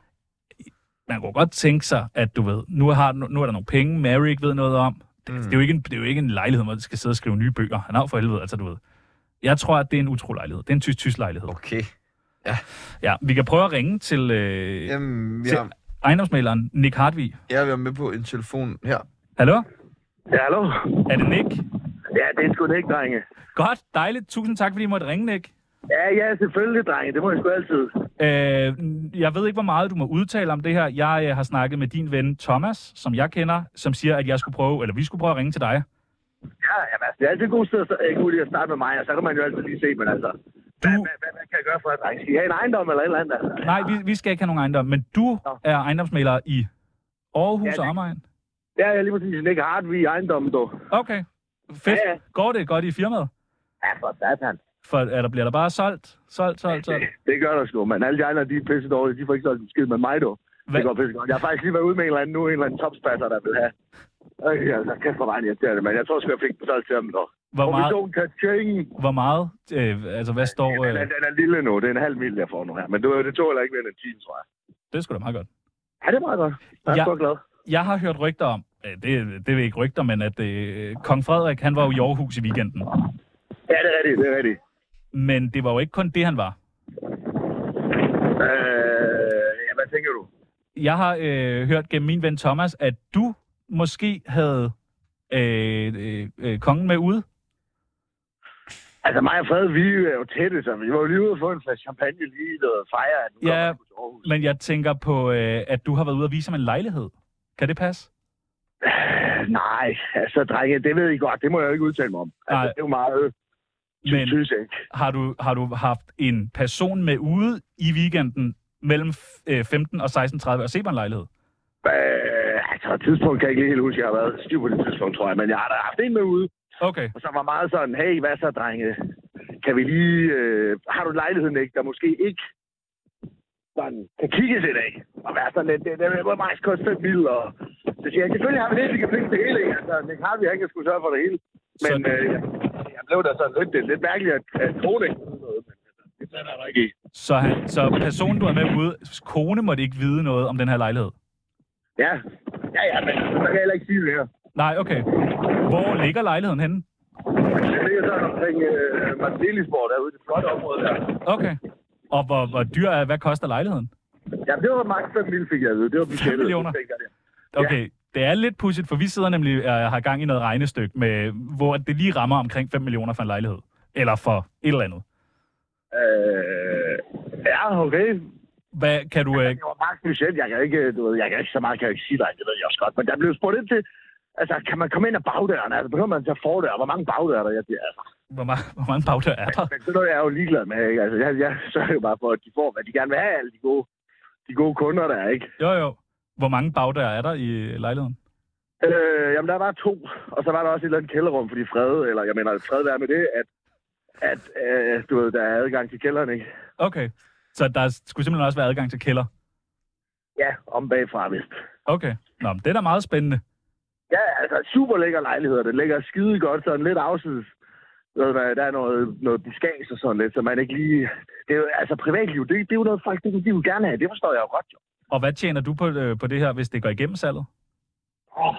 Man kunne godt tænke sig, at du ved, nu, har, nu er der nogle penge, Mary ikke ved noget om. Det, mm. det, er jo ikke en, det er jo ikke en lejlighed, hvor du skal sidde og skrive nye bøger. Han har for helvede, altså du ved. Jeg tror, at det er en utro lejlighed. Det er en tysk-tysk lejlighed. Okay. Ja. Ja, vi kan prøve at ringe til, øh, Jamen, til har... ejendomsmæleren Nick Hartvig. Jeg er med på en telefon her. Hallo? Ja, hallo? Er det Nick? Ja, det er sgu Nick, drenge. Godt, dejligt. Tusind tak, fordi I måtte ringe, Nick. Ja, ja, selvfølgelig, drenge. Det må jeg sgu altid. Øh, jeg ved ikke, hvor meget du må udtale om det her. Jeg øh, har snakket med din ven Thomas, som jeg kender, som siger, at jeg skulle prøve, eller vi skulle prøve at ringe til dig. Ja, jamen, altså, det er altid en god sted at, god at starte med mig, og så kan man jo altid lige se, men altså... Du... Hvad, hvad, hvad, hvad kan jeg gøre for, at drenge? Skal I have en ejendom eller et eller andet? Altså? Nej, vi, vi skal ikke have nogen ejendom, men du Nå. er ejendomsmægler i Aarhus ja, det... og omegn. Ja, jeg er lige præcis ikke hardt vi ejendommen, du. Okay, fedt. Ja, ja. Går det godt i firmaet? Ja, for satan. For er der, bliver der bare solgt? Solgt, solgt, solgt? Det, det gør der sgu, men alle de andre, de er pisse dårlige. De får ikke solgt en skid med mig, du. Hvad? Det går pisse godt. Jeg har faktisk lige været ude med en eller anden nu, en eller anden topspasser, der vil have. Øh, altså, kæft for vejen irriterende, men jeg tror sgu, jeg fik den solgt til dem, dog. Hvor meget? Hvor meget? Øh, altså, hvad står... Øh... Den, er, den er lille nu. Det er en halv mil, jeg får nu her. Men det, det tog heller ikke mere end en time, tror jeg. Det er sgu da meget godt. Ja, det er meget godt. Jeg er jeg, så glad. Jeg har hørt rygter om, det, det er ikke rygter, men at øh, Kong Frederik, han var jo i Aarhus i weekenden. Ja, det er rigtigt, det er rigtigt. Men det var jo ikke kun det, han var. Øh, ja, hvad tænker du? Jeg har øh, hørt gennem min ven Thomas, at du måske havde øh, øh, øh, kongen med ude. Altså mig og Fred, vi er jo tætte, så vi var jo lige ude og få en flaske champagne lige og fejre, at nu ja, kommer til Aarhus. Men jeg tænker på, øh, at du har været ude og vise ham en lejlighed. Kan det passe? Øh, nej, altså drenge, det ved I godt. Det må jeg jo ikke udtale mig om. Altså, det er jo meget... Men har du, har du haft en person med ude i weekenden mellem femten og seksten tredive og se på en lejlighed? Øh, altså, tidspunkt kan jeg ikke lige helt huske, jeg har været styr på det tidspunkt, tror jeg. Men jeg har da haft en med ude. Okay. Og så var meget sådan, hey, hvad så, drenge? Kan vi lige... Øh, har du lejligheden, ikke? Der måske ikke sådan, kan kigges i dag. Og være sådan lidt, det, det, det må faktisk koste fem mil. Og så siger jeg, selvfølgelig har vi det, vi kan fikse det hele, ikke? Altså, Nick Harvey, han kan sgu sørge for det hele. Men så... øh, jeg blev da sådan lidt, det er lidt mærkeligt, at, at kone ikke ved noget, men det er der ikke i. Så, han, så personen, du er med ude, kone måtte ikke vide noget om den her lejlighed? Ja, ja, ja, men så kan jeg heller ikke sige det her. Nej, okay. Hvor ligger lejligheden henne? Det ligger sådan omkring øh, Marselisborg, derude i det flotte område der. Okay. Og hvor, hvor dyr er, hvad koster lejligheden? Ja, det var maks fem mil, fik jeg ved. Det var budgettet. fem millioner? Okay. Det er lidt pudsigt, for vi sidder nemlig og har gang i noget regnestykke, med, hvor det lige rammer omkring fem millioner for en lejlighed. Eller for et eller andet. Øh, ja, okay. Hvad kan du... Øh... Det var maks budget. Jeg kan ikke, du ved, jeg kan ikke så meget, kan jeg ikke sige dig. Det ved jeg også godt. Men der blev spurgt ind til, altså, kan man komme ind af bagdøren? Altså, behøver man tage fordør? Hvor mange bagdøre er der? Jeg, altså. Hvor, ma- hvor mange bagdøre er der? Men, men det er noget, jeg er jo ligeglad med, ikke? Altså, jeg, jeg sørger jo bare for, at de får, hvad de gerne vil have, alle de gode, de gode kunder der, ikke? Jo, jo. Hvor mange bagdøre er der i lejligheden? Øh, jamen, der var to, og så var der også et eller andet kælderrum for de Frede, eller jeg mener, Frede er med det, at, at øh, du ved, der er adgang til kælderen, ikke? Okay, så der skulle simpelthen også være adgang til kælder? Ja, om bagfra, vist. Okay, nå, det er da meget spændende. Ja, altså, super lækker lejligheder, det ligger skide godt, sådan lidt afsides. Der er noget, noget buskage og sådan lidt, så man ikke lige... Det er jo, altså, privatliv, det, det er jo noget, folk det, de vil gerne have, det forstår jeg jo godt, jo. Og hvad tjener du på, øh, på det her, hvis det går igennem salget? Oh.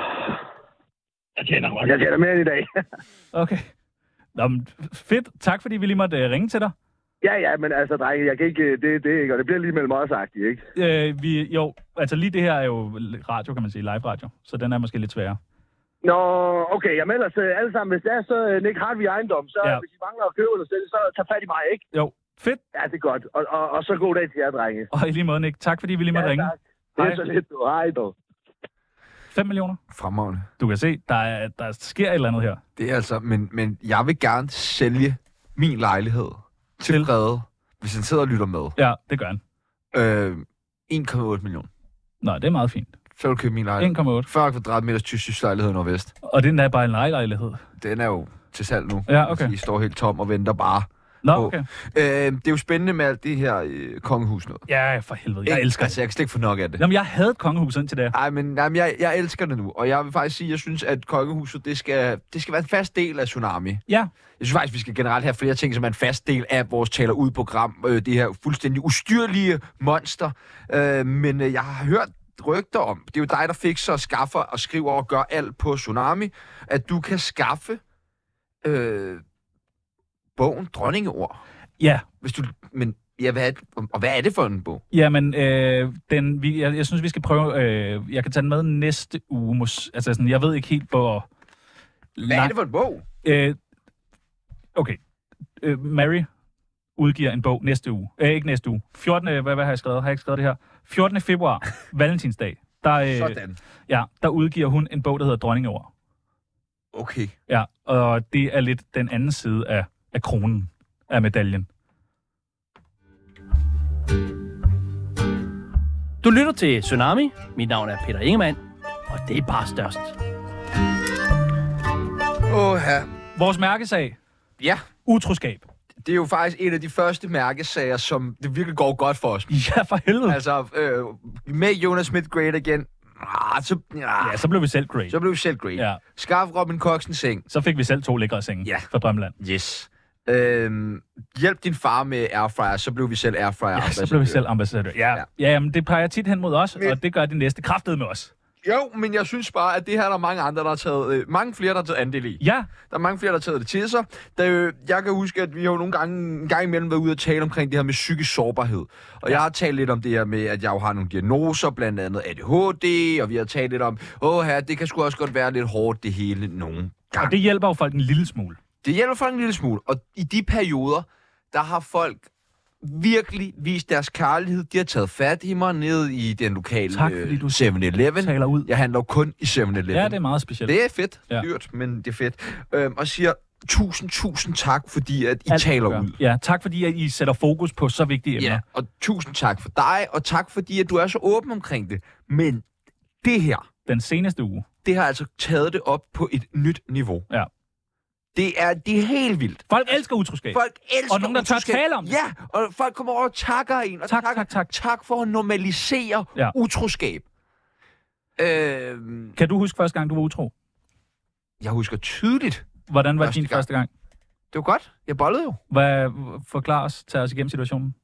Jeg tjener, jeg tjener mere end i dag. Okay. Nå, men fedt. Tak, fordi vi lige måtte uh, ringe til dig. Ja, ja, men altså, drenge, jeg kan ikke... Det, det ikke, og det bliver lige mellem os-agtigt, ikke? Øh, vi, jo, altså lige det her er jo radio, kan man sige, live radio, så den er måske lidt sværere. Nå, okay, jeg melder sig alle sammen. Hvis det er så Nick Hartvig ejendom, så ja. Hvis I mangler at købe eller sælge, så tag fat i mig, ikke? Jo, fedt. Ja, det er godt. Og, og, og så god dag til jer, drenge. Og i lige måde, Nick. Tak, fordi vi lige måtte ja, ringe. Tak. Det er Hej. Så lidt, du. Hej, du. fem millioner. Fremragende. Du kan se, der, er, der sker et eller andet her. Det er altså, men, men jeg vil gerne sælge min lejlighed til Til? Frede, hvis han sidder og lytter med, Ja, det gør han. øh, en komma otte millioner. Nå, det er meget fint. Så vil du købe min lejlighed. en komma otte. fyrre kvadratmeters tysk lejlighed i Nordvest. Og den er bare en lejelejlighed. Den er jo til salg nu. Ja, okay. De står helt tom og venter bare. Nå, på. okay. Øh, det er jo spændende med alt det her øh, kongehus noget. Ja, for helvede. Jeg Ikke? elsker Altså, det. jeg kan slet ikke få nok af det. Jamen, jeg havde et kongehus indtil det. Ej, men jamen, jeg, jeg elsker det nu. Og jeg vil faktisk sige, at jeg synes, at kongehuset, det skal, det skal være en fast del af Tsunami. Ja. Jeg synes faktisk, vi skal generelt have flere ting, som er en fast del af vores taler ud program. Øh, det her fuldstændig ustyrlige monster. Øh, men øh, jeg har hørt rygter om, det er jo dig, der fikser og skaffer og skriver og gør alt på Tsunami, at du kan skaffe øh, bogen Dronningeord. Ja. Hvis du, men ja, hvad er det, og hvad er det for en bog? Jamen, øh, den, vi, jeg, jeg synes, vi skal prøve... Øh, jeg kan tage den med næste uge. Mås, altså, sådan, jeg ved ikke helt, hvor... Hvad er det for en bog? Øh, okay. Øh, Mary udgiver en bog næste uge. Øh, ikke næste uge. fjortende Hvad, hvad har jeg skrevet? Har jeg ikke skrevet det her? fjortende februar, valentinsdag. Der, øh, Sådan. Ja, der udgiver hun en bog, der hedder Dronningeord. Okay. Ja, og det er lidt den anden side af, af kronen af medaljen. Du lytter til Tsunami. Mit navn er Peter Ingemann, og det er bare størst. Åh, ja. Vores mærkesag. Ja, Utroskab. det er jo faktisk en af de første mærkesager, som det virkelig går godt for os. Ja, for helvede. Altså, øh, med Jonas Smith great again. Ah, så, ah, Ja, så blev vi selv great. så blev vi selv great. Ja. Skaff Robin Cox en seng. Så fik vi selv to lækre senge Ja. fra Drømmeland. Yes. Øhm, hjælp din far med airfryer, så blev vi selv airfryer. Ja, så blev vi selv ambassadør. Ja, Ja. ja. ja men det peger tit hen mod os, Men- og det gør det næste kraftet med os. Jo, men jeg synes bare, at det her er der mange andre, der har taget... Øh, mange flere, der har taget andel i. Ja, Der er mange flere, der har taget det til sig. Der, øh, jeg kan huske, at vi har jo nogle gange, en gang imellem været ude og tale omkring det her med psykisk sårbarhed. Og jeg har talt lidt om det her med, at jeg jo har nogle diagnoser, blandt andet A D H D, og vi har talt lidt om, åh her, det kan sgu også godt være lidt hårdt, det hele nogle gange. og det hjælper jo folk en lille smule. Det hjælper folk en lille smule. Og i de perioder, der har folk virkelig vist deres kærlighed. De har taget fat i mig ned i den lokale Tak, fordi du seven eleven. taler ud. Jeg handler jo kun i seven eleven. Ja, det er meget specielt. Det er fedt. Ja. Dyrt, men det er fedt. Øhm, og siger tusind, tusind tak, fordi at I Alt, taler du gør. ud. Ja, tak fordi at I sætter fokus på så vigtige emner. Ja, og tusind tak for dig, og tak fordi, at du er så åben omkring det. Men det her, Den seneste uge. det har altså taget det op på et nyt niveau. Ja. Det er, det er helt vildt. Folk elsker utroskab. Folk elsker Og nogen, der tør utroskab. tale om det. Ja, og folk kommer over og takker en. Og Tak, takker, tak, tak. Tak for at normalisere Ja. ja. utroskab. Øhm, Kan du huske første gang, du var utro? jeg husker tydeligt. Hvordan var Første din gang. første gang? Det var godt. Jeg bollede jo. Hvad, forklar os, tag os igennem situationen.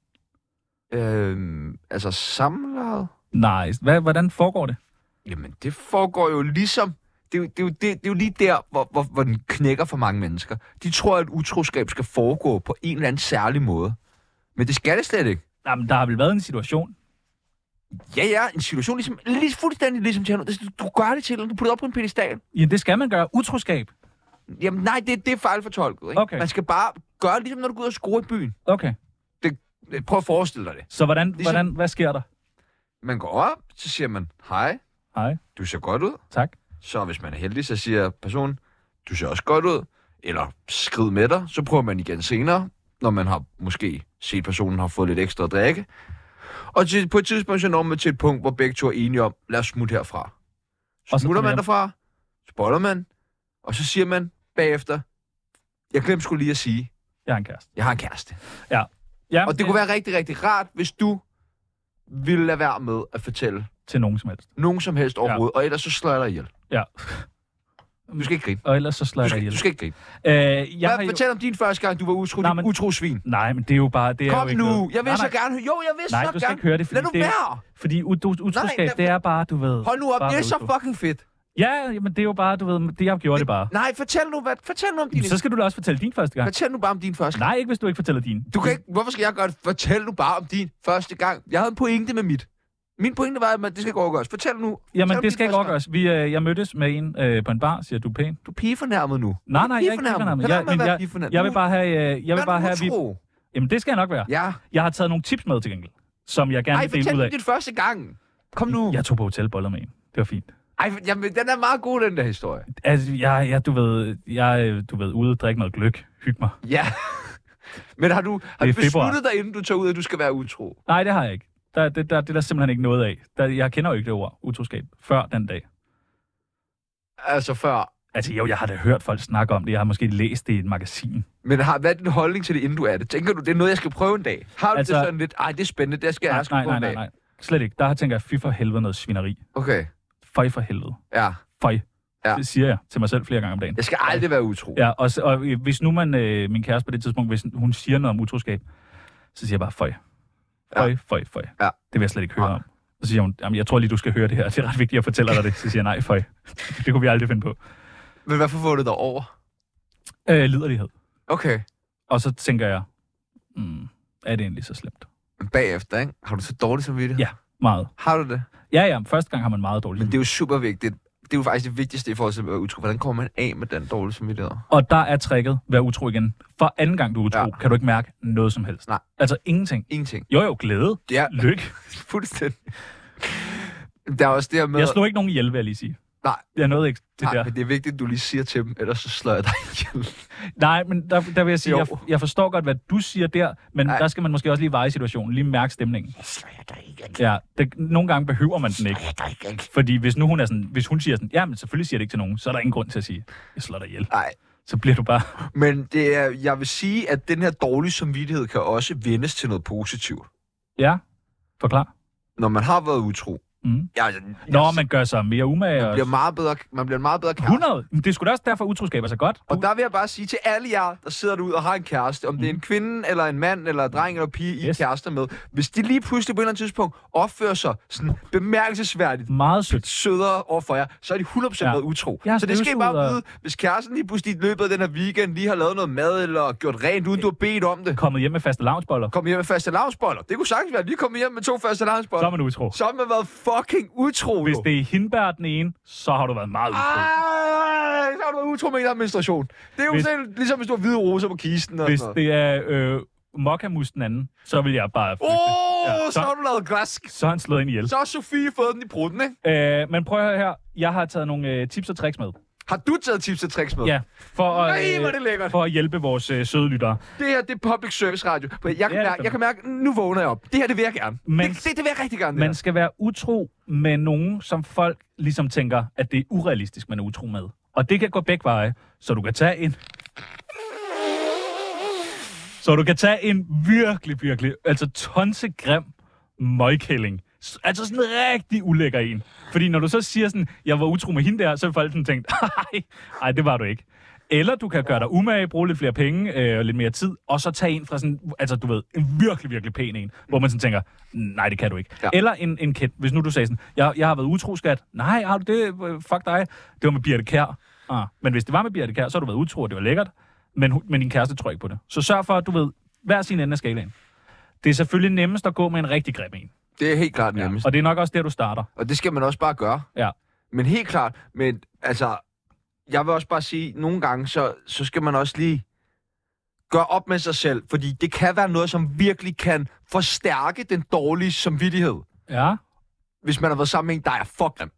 Øhm, altså samlejet. Nej, hvad, hvordan foregår det? Jamen, det foregår jo ligesom... Det er jo, det er jo, det, det er jo lige der, hvor, hvor, hvor den knækker for mange mennesker. De tror, at utroskab skal foregå på en eller anden særlig måde. Men det skal det slet ikke. Jamen, der har vel været en situation. Ja, ja, en situation ligesom... Lige fuldstændig ligesom til du, du gør det til, du putter det op på en pedestal. Ja, det skal man gøre. Utroskab. Jamen nej, det, det er fejlfortolket, ikke? Okay. Man skal bare gøre det, ligesom når du går ud og score i byen. Okay. Prøv at forestille dig det. Så hvordan, Ligesom- hvordan, hvad sker der? Man går op, så siger man, hej, Hej, du ser godt ud. tak. Så hvis man er heldig, så siger personen, du ser også godt ud. Eller skrid med dig, så prøver man igen senere, når man har måske set, personen har fået lidt ekstra at drikke. Og til, på et tidspunkt, så når man til et punkt, hvor begge to er enige om, lad os smutte herfra. Så Og så smutter tager man vi derfra, så boller man, og så siger man bagefter, jeg glemte sgu lige at sige, Jeg har en kæreste. jeg har en kæreste. Ja, Og det kunne være rigtig, rigtig rart, hvis du ville lade være med at fortælle til nogen som helst. nogen som helst overhovedet, ja. Og ellers så slår jeg dig ihjel. Ja. Du skal ikke grine. Og ellers så slår Du jeg dig skal, ihjel. du skal ikke grine. Øh, jeg Hvad, har jo... fortæl om din første gang, du var utro, Nej, din men- utro svin. Nej, men det er jo bare... Det er Kom jo ikke nu, noget. jeg vil nej, så nej. gerne høre. Jo, jeg vil Nej, så du skal gerne. ikke høre det, fordi Lad nu det er- være. Fordi ut- ut- utroskab, Nej, det er bare, du ved... Hold nu op, bare det er så utro. fucking fedt. Ja, men det er jo bare, du ved, det jeg gjorde det bare. Nej, fortæl nu, hvad, fortæl nu om din... Så skal du da også fortælle din første gang. Fortæl nu bare om din første gang. Nej, ikke hvis du ikke fortæller din. Du kan ikke, hvorfor skal jeg gøre det? Fortæl nu bare om din første gang. Jeg havde en pointe med mit. Min pointe var, at man- det skal ikke overgøres. Fortæl nu. Fortæl Jamen, om det din skal ikke første gang. overgøres. Vi, øh, jeg mødtes med en øh, på en bar, siger du er pæn. Du er pigefornærmet nu. Nej, Du nej, jeg er ikke pigefornærmet. Lad Jeg, være med at men være jeg, pigefornærmet. jeg vil Du- bare have, øh, jeg vil Vær bare nu have, vi... utro. Jamen, det skal jeg nok være. Ja. Jeg har taget nogle tips med til gengæld, som jeg gerne Ej, vil dele fortæl ud nu af. din første gang. Kom nu. Jeg tog på hotelboller med en. Det var fint. Ej, jamen, den er meget god, den der historie. Altså, jeg, jeg du ved, jeg, øh, du ved, ude og drikke noget gløk. Hyg mig. Ja. Men har du, har Det du er februar. besluttet dig, inden du tager ud, at du skal være utro? Nej, det har jeg ikke. Der, det, der, det er der simpelthen ikke noget af. Der, jeg kender jo ikke det ord, utroskab, før den dag. Altså før. Altså jo, jeg har da hørt folk snakke om det. Jeg har måske læst det i et magasin. Men har, hvad er din holdning til det, inden du er det? Tænker du, det er noget, jeg skal prøve en dag? Har du Altså- det sådan lidt, ej, det er spændende, det skal jeg Nej, skal nej, prøve nej, en nej, dag? nej. Slet ikke. Der har tænker jeg, fy for helvede noget svineri. Okay, Føj for helvede. ja. Føj. Ja. Det siger jeg til mig selv flere gange om dagen. Jeg skal aldrig være utro. Ja, og, og hvis nu man, øh, min kæreste på det tidspunkt, hvis hun siger noget om utroskab, så siger jeg bare, føj. Føj, føj, føj. Ja. Det vil jeg slet ikke høre Nej. om. Så siger hun, jamen, jeg tror lige, du skal høre det her. Det er ret vigtigt, at jeg fortæller dig det. Så siger jeg, nej, føj. Det kunne vi aldrig finde på. Men hvad får du dig over? Øh, liderlighed. Okay. Og så tænker jeg, mm, er det egentlig så slemt? Men bagefter, ikke? Har du så dårligt samvittighed? Ja, meget. Har du det? Ja, ja, første gang har man meget dårligt. Men det er jo super vigtigt. Det er jo faktisk det vigtigste i forhold til at være utro. Hvordan kommer man af med den dårlige samvittighed? Og der er tricket, vær utro igen. For anden gang du er utro, Ja. ja. kan du ikke mærke noget som helst. Nej. Altså ingenting. Ingenting. Jo, jo, glæde. Ja, Lykke. fuldstændig. Der er også det her med... Jeg slog ikke nogen ihjel, vil jeg lige sige. Nej. Jeg nåede ikke det Nej, der. men det er vigtigt, at du lige siger til dem, ellers så slår jeg dig ihjel. Nej, men der, der vil jeg sige, Jo. jeg, jeg forstår godt, hvad du siger der, men Nej. der skal man måske også lige veje situationen, lige mærke stemningen. Slår jeg dig igen? Ja, det, nogle gange behøver man den ikke. Slår jeg dig igen? Fordi hvis nu hun er sådan, hvis hun siger sådan, ja, men selvfølgelig siger det ikke til nogen, så er der ingen grund til at sige, jeg slår dig ihjel. Nej, Så bliver du bare... men det er, jeg vil sige, at den her dårlige samvittighed kan også vendes til noget positivt. Ja, forklar. Når man har været utro. Mm. Ja, jeg, Når man gør sig mere umage. man og- bliver meget bedre, man bliver en meget bedre kæreste. hundrede. Men det er sgu da også derfor, utroskab er så godt. Og der vil jeg bare sige til alle jer, der sidder derude og har en kæreste, om det er en kvinde, eller en mand, eller en dreng, eller pige, I er Yes. kærester med. Hvis de lige pludselig på et eller andet tidspunkt opfører sig sådan bemærkelsesværdigt Meget sødt. sødere overfor jer, så er de hundrede procent Ja. været utro. Jeg har Så det skal I støvsuget bare og- vide, hvis kæresten lige pludselig i løbet af den her weekend lige har lavet noget mad, eller gjort rent, uden du har bedt om det. Kommet hjem med faste lavnsboller. Kom hjem med faste lavnsboller. Det kunne sagtens være, at lige kommet hjem med to faste Så lavnsboller. er man utro. Så har man været fucking utro, Hvis jo. det er hindbær den ene, så har du været meget utro. Ej, så har du været utro med en administration. Det er jo Hvis- selv, ligesom hvis du har hvide roser på kisten. Og Hvis sådan noget. det er øh, mokkamus den anden, så vil jeg bare flygte. Åh, Ja, så så- har du lavet græsk. Så er han slået ind ihjel. Så har Sofie fået den i prutten, ikke? Øh, men prøv at høre her. Jeg har taget nogle øh, tips og tricks med. Har du taget tips og tricks med? Ja, for at, Nej, hvor er det lækkert. for at hjælpe vores øh, søde lyttere. Det her, det er public service radio. Jeg kan, det mærke, stemmer. jeg kan mærke, nu vågner jeg op. Det her, det vil jeg gerne. Men- det, det, det vil jeg rigtig gerne. det Man her. skal være utro med nogen, som folk ligesom tænker, at det er urealistisk, man er utro med. Og det kan gå begge veje. Så du kan tage en... Så du kan tage en virkelig, virkelig, altså tonsegrim møgkælling. S- Altså sådan en rigtig ulækker en. Fordi når du så siger sådan, jeg var utro med hende der, så vil folk sådan tænkt, nej, ej, det var du ikke. Eller du kan gøre dig umage, bruge lidt flere penge øh, og lidt mere tid, og så tage en fra sådan, altså du ved, en virkelig, virkelig pæn en, hvor man sådan tænker, nej, det kan du ikke. Ja. Ja. Eller en, en kæt, hvis nu du sagde sådan, jeg, jeg har været utro, skat. Nej, har du det? Øh, Fuck dig. Det var med Birte Kjær. Ah. Men hvis det var med Birte Kjær, så har du været utro, og det var lækkert. Men, hu- men din kæreste tror ikke på det. Så sørg for, at du ved, hver sin ende af skalaen. Det er selvfølgelig nemmest at gå med en rigtig grim en. Det er helt klart Ja. nemmest. Og det er nok også der, du starter. Og det skal man også bare gøre. Ja. Men helt klart, men altså, jeg vil også bare sige, nogle gange, så, så skal man også lige gøre op med sig selv, fordi det kan være noget, som virkelig kan forstærke den dårlige samvittighed, Ja. hvis man har været sammen med en, der er fuck grim.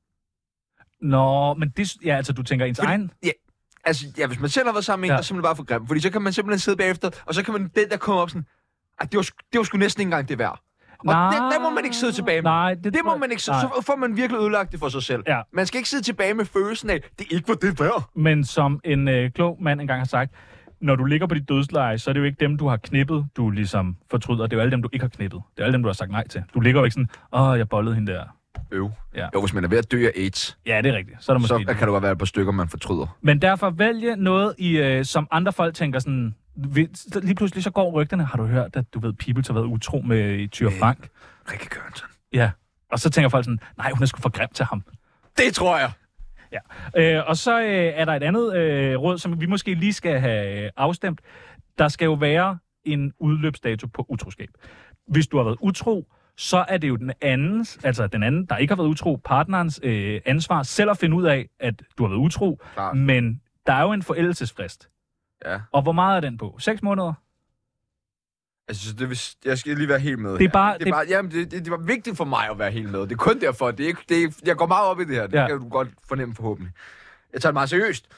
Nå, men det... Ja, altså, du tænker ens Fordi- egen... Ja, altså, ja, hvis man selv har været sammen med en, Ja. der er simpelthen bare for grim, fordi så kan man simpelthen sidde bagefter, og så kan man den der komme op sådan, at det var, sgu- det var sgu næsten ikke engang det værd. Og Nej. det, der må man ikke sidde tilbage med. Nej, det, Det må man ikke, så, Nej. så får man virkelig ødelagt det for sig selv. Ja. Man skal ikke sidde tilbage med følelsen af, det ikke var det værd. Men som en øh, klog mand engang har sagt, når du ligger på dit dødsleje, så er det jo ikke dem, du har knippet, du ligesom fortryder. Det er jo alle dem, du ikke har knippet. Det er alle dem, du har sagt nej til. Du ligger jo ikke sådan, åh, jeg bollede hende der. Øv. Ja. Jo, hvis man er ved at dø af AIDS, Ja, det er rigtigt. Så er der så måske... kan det godt være et par stykker, man fortryder. Men derfor vælge noget, i, øh, som andre folk tænker sådan... Vi, så lige pludselig så går rygterne. Har du hørt, at du ved, Peoples har været utro med Tyre Med- Frank? Rikke Kørensen. Ja. Og så tænker folk sådan, nej, hun er sgu for grim til ham. Det tror jeg. Øh, og så øh, er der et andet øh, råd, som vi måske lige skal have øh, afstemt. Der skal jo være en udløbsdato på utroskab. Hvis du har været utro, så er det jo den andens, altså den anden, der ikke har været utro, partnerens øh, ansvar selv at finde ud af, at du har været utro. Klart. Men der er jo en forældelsesfrist. Ja. Og hvor meget er den på? Seks måneder? Altså, så det vil, jeg skal lige være helt med Det er her. bare- Det, er det- bare jamen, det, det, det var vigtigt for mig at være helt med. Det er kun derfor. Det er ikke, det er, jeg går meget op i det her. Det Ja. ja. kan du godt fornemme forhåbentlig. Jeg tager det meget seriøst.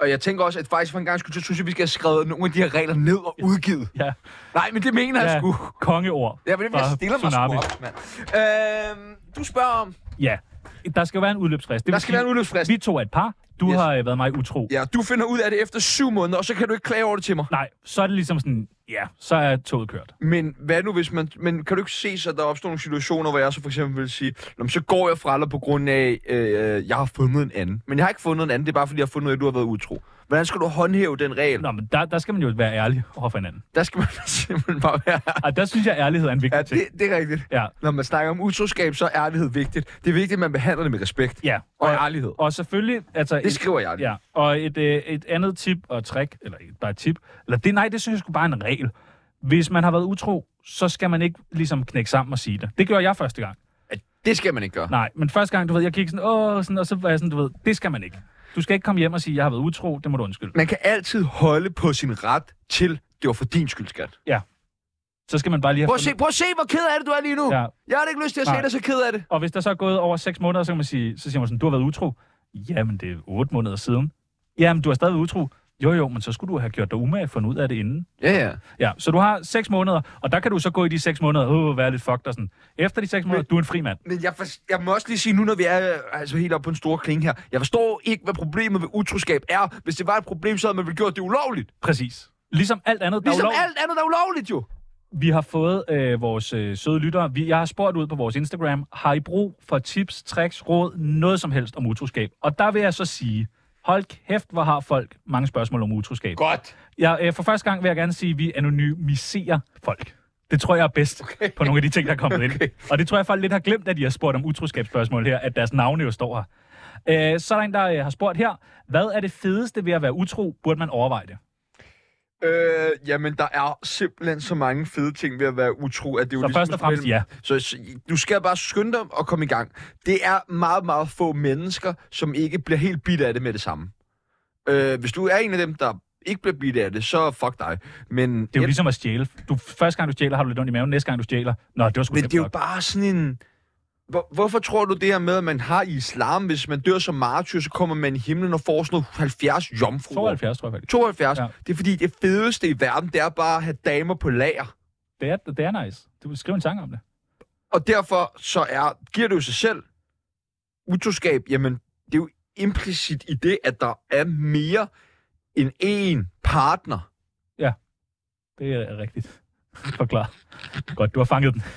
Og jeg tænker også, at faktisk for en gang skulle jeg synes, at vi skal have skrevet nogle af de her regler ned og udgivet. Ja. Nej, men det mener jeg Ja, sgu. kongeord. Ja, men jeg fra stiller mig Tsunami. sgu op, mand. Øhm, du spørger om... Ja, der skal jo være en udløbsfrist. Det Der vil skal sige, være en udløbsfrist. Vi to er et par. Du Yes. har øh, været mig utro. Ja, du finder ud af det efter syv måneder, og så kan du ikke klage over det til mig. Nej, så er det ligesom sådan, ja, så er toget kørt. Men hvad nu, hvis man... Men kan du ikke se, så der opstår nogle situationer, hvor jeg så for eksempel vil sige, Nå, men så går jeg fra dig på grund af, øh, jeg har fundet en anden. Men jeg har ikke fundet en anden, det er bare fordi, jeg har fundet ud af, at du har været utro. Hvordan skal du håndhæve den regel? Nå, men der, der skal man jo være ærlig over for hinanden. Der skal man simpelthen bare være... Ej, der synes jeg, ærlighed er en vigtig Ja, ting. det, det er rigtigt. Ja. Når man snakker om utroskab, så er ærlighed vigtigt. Det er vigtigt, at man behandler det med respekt Ja. og ærlighed. Og selvfølgelig... Altså, Det skriver jeg aldrig. Ja, og et, øh, et andet tip og trick, eller ikke bare et tip, eller det, nej, det synes jeg sgu bare er en regel. Hvis man har været utro, så skal man ikke ligesom knække sammen og sige det. Det gjorde jeg første gang. Det skal man ikke gøre. Nej, men første gang, du ved, jeg kiggede sådan, åh, sådan, og så var jeg sådan, du ved, det skal man ikke. Du skal ikke komme hjem og sige, jeg har været utro, det må du undskylde. Man kan altid holde på sin ret til, det var for din skyld, skat. Så skal man bare lige have Prøv at se, prøv at se hvor ked af det, du er lige nu. Ja. Jeg har ikke lyst til at Nej. se dig så ked af det. Og hvis der så er gået over seks måneder, så kan man sige, så siger man sådan, du har været utro. Jamen, det er otte måneder siden. Jamen, du har stadig været utro. Jo, jo, men så skulle du have gjort dig umage og fundet ud af det inden. Ja, ja. Ja, så du har seks måneder, og der kan du så gå i de seks måneder og være lidt fucked og sådan. Efter de seks måneder, du er en fri mand. Men jeg, for, jeg må også lige sige nu, når vi er øh, altså helt oppe på en stor klinge her. Jeg forstår ikke, hvad problemet ved utroskab er. Hvis det var et problem, så havde man vel gjort det ulovligt. Præcis. Ligesom alt andet, der Ligesom er ulovligt. alt andet, der er ulovligt jo. Vi har fået øh, vores øh, søde lyttere. Vi, jeg har spurgt ud på vores Instagram. Har I brug for tips, tricks, råd, noget som helst om utroskab? Og der vil jeg så sige, hold kæft, hvor har folk mange spørgsmål om utroskab. Godt. Jeg, øh, for første gang vil jeg gerne sige, at vi anonymiserer folk. Det tror jeg er bedst okay. på nogle af de ting, der er kommet okay. ind. Og det tror jeg, folk lidt har glemt, at de har spurgt om utroskabsspørgsmål her, at deres navne jo står her. Øh, så er der en, der øh, har spurgt her. Hvad er det fedeste ved at være utro? Burde man overveje det? Øh, jamen, der er simpelthen så mange fede ting ved at være utro, at det er jo Så ligesom først og fremmest ja. Så, så du skal bare skynde dig og komme i gang. Det er meget, meget få mennesker, som ikke bliver helt bidt af det med det samme. Øh, hvis du er en af dem, der ikke bliver bidt af det, så fuck dig. Men Det er jo ligesom at stjæle. Du, første gang du stjæler, har du lidt ondt i maven. Næste gang du stjæler, nå, det var sgu Men nemt det er jo nok. bare sådan en... Hvor, hvorfor tror du det her med, at man har i islam, hvis man dør som martyr, så kommer man i himlen og får sådan noget halvfjerds jomfruer? tooghalvfjerds, tror jeg faktisk. tooghalvfjerds. Ja. Ja. Det er fordi, det fedeste i verden, det er bare at have damer på lager. Det er, det er nice. Du vil skrive en sang om det. Og derfor så er, giver det jo sig selv utroskab, jamen det er jo implicit i det, at der er mere end én partner. Det er rigtigt. Forklar. Godt, du har fanget den.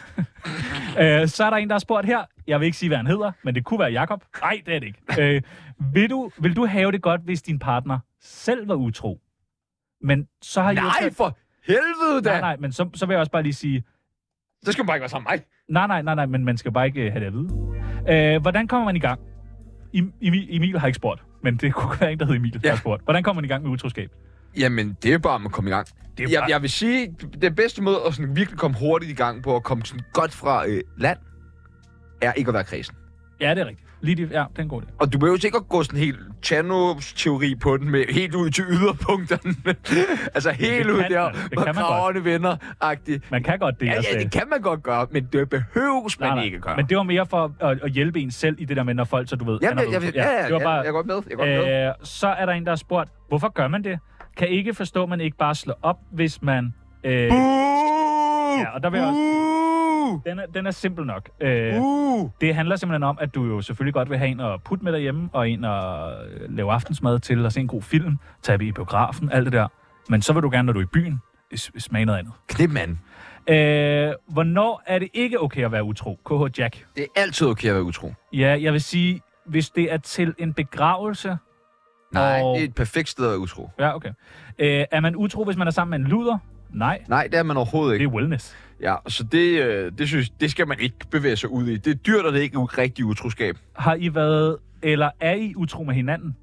øh, så er der en, der har spurgt her. Jeg vil ikke sige, hvad han hedder, men det kunne være Jakob. Nej, det er det ikke. Øh, vil, du, vil du have det godt, hvis din partner selv var utro? Men så har I Nej, også... for helvede da! Nej, nej, men så, så vil jeg også bare lige sige... Så skal man bare ikke være sammen med mig. Nej, nej, nej, nej, men man skal bare ikke have det at vide. Øh, hvordan kommer man i gang? I, Emil, Emil har ikke spurgt, men det kunne være en, der hedder Emil, der Ja. har spurgt. Hvordan kommer man i gang med utroskab? Jamen, det er bare, at man kommer i gang. Det er Jeg, bare- jeg vil sige, det bedste måde at sådan virkelig komme hurtigt i gang på, at komme sådan godt fra øh, land, er ikke at være kredsen. Ja, det er rigtigt. Lige det, ja, det er en god idé. Og du behøver ikke at gå sådan helt Chanos-teori på den, med helt ud til yderpunkterne. altså helt det ud kan der, man. Det hvor kan man kraverne venner-agtigt. Man kan godt det, Ja, jeg ja, sagde. det kan man godt gøre, men det behøves man Nej, nej. ikke gøre. Men det var mere for at, at hjælpe en selv i det der med, når folk, så du ved... Jamen, han har jeg, været jeg, utro. ja, ja, det var bare, jeg, jeg er godt med. Jeg er godt med. øh, så er der en, der har spurgt, hvorfor gør man det? Kan ikke forstå, at man ikke bare slår op, hvis man... Øh, Uh! ja, og der vil jeg også... Uh! den, er, den er simpel nok. Øh, Uh! det handler simpelthen om, at du jo selvfølgelig godt vil have en at putte med derhjemme, og en at øh, lave aftensmad til, og se en god film, tage i biografen, alt det der. Men så vil du gerne, når du er i byen, s- smage noget andet. Knip, mand. Øh, hvornår er det ikke okay at være utro? K H Jack. Det er altid okay at være utro. Ja, jeg vil sige, hvis det er til en begravelse... Nej, og... det er et perfekt sted at være utro. Ja, okay. Øh, er man utro, hvis man er sammen med en luder? Nej, Nej, det er man overhovedet det ikke. er wellness. Ja, så det, øh, det, synes, det skal man ikke bevæge sig ud i. Det er dyrt, og det er ikke rigtig utroskab. Har I været, eller er I utro med hinanden?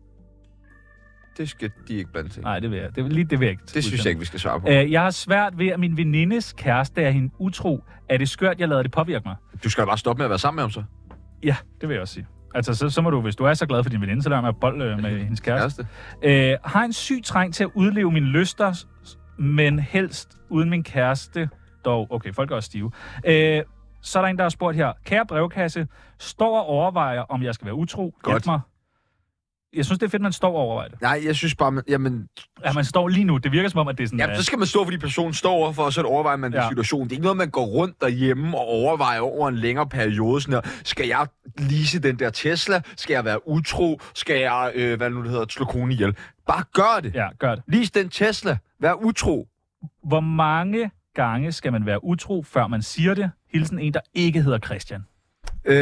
Det skal de ikke blande sig i. Nej, det vil jeg. Det, lige det vil jeg ikke. Det synes jeg ikke, vi skal svare på. Øh, jeg har svært ved, at min venindes kæreste er hende utro. Er det skørt, jeg lader det påvirke mig? Du skal da bare stoppe med at være sammen med ham så. Ja, det vil jeg også sige. Altså, så, så må du, hvis du er så glad for din veninde, så lad mig bold øh, med hendes kæreste. Kæreste. Øh, har en syg træng til at udleve mine lyster, men helst uden min kæreste. Dog, okay, folk er også stive. Øh, så er der en, der har spurgt her. Kære brevkasse, står og overvejer, om jeg skal være utro. Godt. Hjælp mig. Jeg synes, det er fedt, man står og overvejer det. Nej, jeg synes bare, man, jamen... Ja, man står lige nu. Det virker som om, at det er sådan... Ja, så skal man stå, fordi personen står overfor, og så overvejer man ja. den situation. Det er ikke noget, man går rundt derhjemme og overvejer over en længere periode. Sådan her. Skal jeg lease den der Tesla? Skal jeg være utro? Skal jeg, øh, hvad nu det hedder, slå kone ihjel? Bare gør det. Ja, gør det. Lease den Tesla. Vær utro. Hvor mange gange skal man være utro, før man siger det? Hilsen en, der ikke hedder Christian. Øh,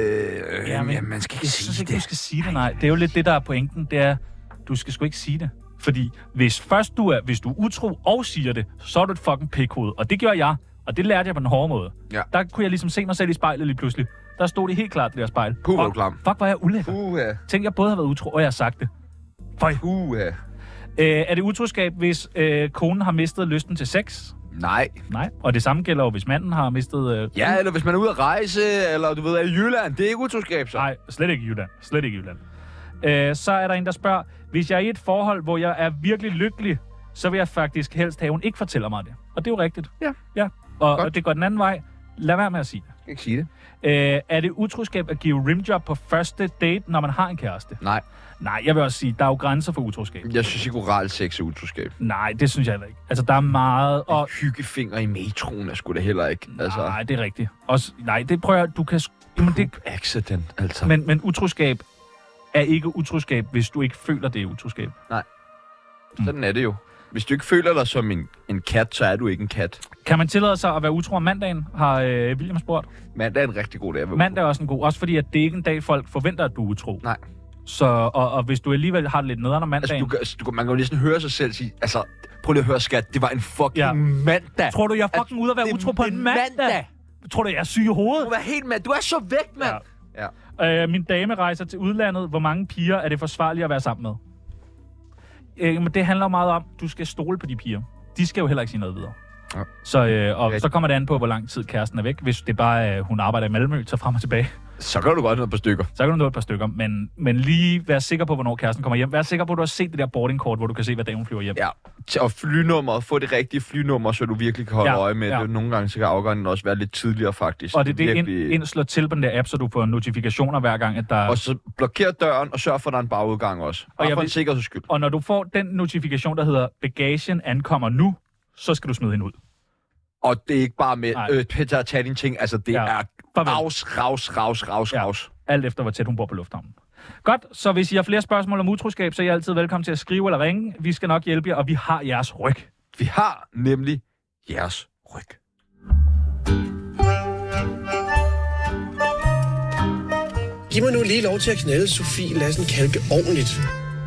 ja, men, ja, man skal ikke jeg sige synes ikke, det. du skal sige det, nej. Det er jo lidt det, der er pointen. Det er, du skal sgu ikke sige det. Fordi hvis først du er, hvis du er utro og siger det, så er du et fucking pikhoved. Og det gjorde jeg, og det lærte jeg på den hårde måde. Ja. Der kunne jeg ligesom se mig selv i spejlet lige pludselig. Der stod det helt klart, det der spejl. Puh, hvor fuck, klam. Fuck, hvor er jeg ulækker. Puh, ja. Tænk, jeg både har været utro, og jeg har sagt det. Føj. Puh, ja. Øh, er det utroskab, hvis øh, konen har mistet lysten til sex? Nej. Nej, og det samme gælder jo, hvis manden har mistet... Øh, ja, eller hvis man er ude at rejse, eller du ved, er i Jylland. Det er ikke utroskab, så. Nej, slet ikke i Jylland. Slet ikke i Jylland. Øh, så er der en, der spørger, hvis jeg er i et forhold, hvor jeg er virkelig lykkelig, så vil jeg faktisk helst have, at hun ikke fortæller mig det. Og det er jo rigtigt. Ja. Ja. Og, og det går den anden vej. Lad være med at sige det. Jeg kan ikke sige det. Øh, er det utroskab at give rimjob på første date, når man har en kæreste? Nej. Nej, jeg vil også sige, der er jo grænser for utroskab. Jeg synes ikke, oral sex er utroskab. Nej, det synes jeg heller ikke. Altså, der er meget... Og... Hyggefinger i metroen er sgu da heller ikke. Altså... Nej, det er rigtigt. Også, nej, det prøver jeg... Du kan... Jamen, det... Accident, altså. Men, men utroskab er ikke utroskab, hvis du ikke føler, det er utroskab. Nej. Sådan mm. er det jo. Hvis du ikke føler dig som en, en kat, så er du ikke en kat. Kan man tillade sig at være utro om mandagen, har øh, William spurgt? Mandag er en rigtig god dag at være Mandag er også en god, også fordi at det ikke er en dag, folk forventer, at du er utro. Nej. Så, og, og hvis du alligevel har det lidt nederen om mandagen... Altså, du, du, man kan jo næsten høre sig selv sige, altså, prøv lige at høre, skat, det var en fucking ja. mandag. Tror du, jeg er fucking ude at være utro på en mandag? mandag? Tror du, jeg er syg i hovedet? Du er helt mand. Du er så væk, mand. Ja. Ja. Øh, min dame rejser til udlandet. Hvor mange piger er det forsvarligt at være sammen med? Øh, men det handler meget om, du skal stole på de piger. De skal jo heller ikke sige noget videre. Ja. Så, øh, og så kommer det an på, hvor lang tid kæresten er væk. Hvis det bare er, hun arbejder i Malmø, så frem og tilbage. Så kan du godt nå et par stykker. Så kan du nå et par stykker, men, men lige være sikker på, hvornår kæresten kommer hjem. Vær sikker på, at du har set det der boardingkort, hvor du kan se, hvad dagen flyver hjem. Ja, og flynummeret, få det rigtige flynummer, så du virkelig kan holde ja, øje med ja. det. Nogle gange så kan afgangen også være lidt tidligere, faktisk. Og det er det, virkelig... ind, ind slå til på den der app, så du får notifikationer hver gang, at der... Og så blokér døren, og sørg for, at der er en bagudgang også. Og jeg for vil... en sikkerheds skyld. Og når du får den notifikation, der hedder, bagagen ankommer nu, så skal du smide hende ud. Og det er ikke bare med øh, Peter at tage dine ting, altså det ja. er raus, raus, raus, raus, ja. raus. Alt efter, hvor tæt hun bor på lufthavnen. Godt, så hvis I har flere spørgsmål om utroskab, så er I altid velkommen til at skrive eller ringe. Vi skal nok hjælpe jer, og vi har jeres ryg. Vi har nemlig jeres ryg. Giv mig nu lige lov til at knalde Sofie Lassen Kalke ordentligt.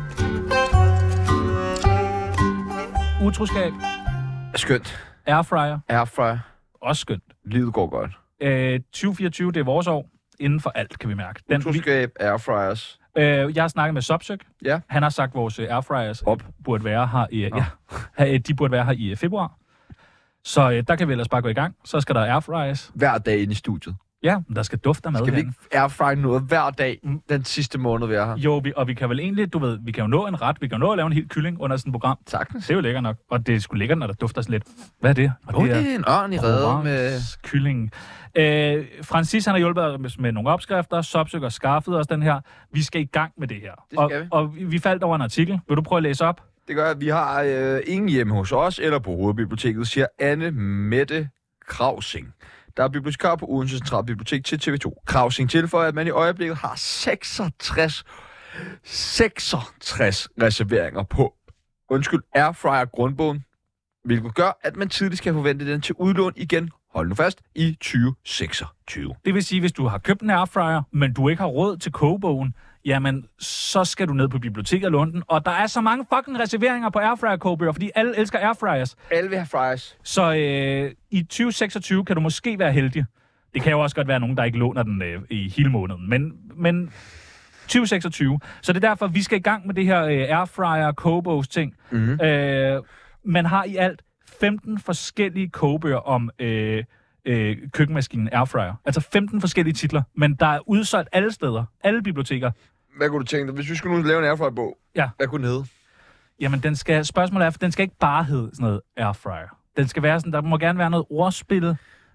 Utroskab. Skønt. Airfryer. Airfryer. Også skønt. Livet går godt. Øh, tyve fireogtyve, det er vores år. Inden for alt, kan vi mærke. Den utroskab, vi... airfryers. Øh, jeg har snakket med Subsøg. Ja. Han har sagt, at vores airfryers Op. burde være her i, ja. Ja, de burde være her i februar. Så øh, der kan vi ellers bare gå i gang. Så skal der airfryers. Hver dag inde i studiet. Ja, der skal dufte af mad. Skal vi ikke airfry noget hver dag mm. den sidste måned, vi er her? Jo, vi, og vi kan vel egentlig, du ved, vi kan jo nå en ret. Vi kan jo nå at lave en helt kylling under sådan et program. Sagtens. Det er jo lækkert nok. Og det er sgu lækkert, når der dufter sådan lidt. Hvad er det? Og oh, det er, det er en ørn i rede med... Kylling. Øh, Francis, han har hjulpet os med nogle opskrifter. Subsøg og skaffet os den her. Vi skal i gang med det her. Det og, vi. og vi faldt over en artikel. Vil du prøve at læse op? Det gør, at vi har øh, ingen hjemme hos os eller på Hovedbiblioteket, siger Anne Mette Krausing. Der er bibliotekar på Odense Central Bibliotek til T V to. Krausing tilføjer, at man i øjeblikket har seksogtres, seksogtres reserveringer på, undskyld, Airfryer grundbogen, hvilket gør, at man tidligt skal forvente den til udlån igen, hold nu fast, i tyve seksogtyve. Det vil sige, hvis du har købt en Airfryer, men du ikke har råd til kogebogen, jamen, så skal du ned på biblioteket og låne den. Og der er så mange fucking reserveringer på Airfryer-kogebøger, fordi alle elsker Airfryers. Alle vil have fryers. Så øh, i tyve seksogtyve kan du måske være heldig. Det kan jo også godt være nogen, der ikke låner den øh, i hele måneden. Men, men tyve seksogtyve. Så det er derfor, vi skal i gang med det her øh, Airfryer-kogebogs-ting. Mm-hmm. Øh, man har i alt femten forskellige kogebøger om... Øh, Øh, køkkenmaskinen Airfryer. Altså femten forskellige titler, men der er udsolgt alle steder, alle biblioteker. Hvad kunne du tænke dig, hvis vi skulle nu lave en Airfryer-bog? Ja. Hvad kunne den hedde? Jamen, den skal, spørgsmålet er, for den skal ikke bare hedde sådan noget Airfryer. Den skal være sådan, der må gerne være noget ordspil.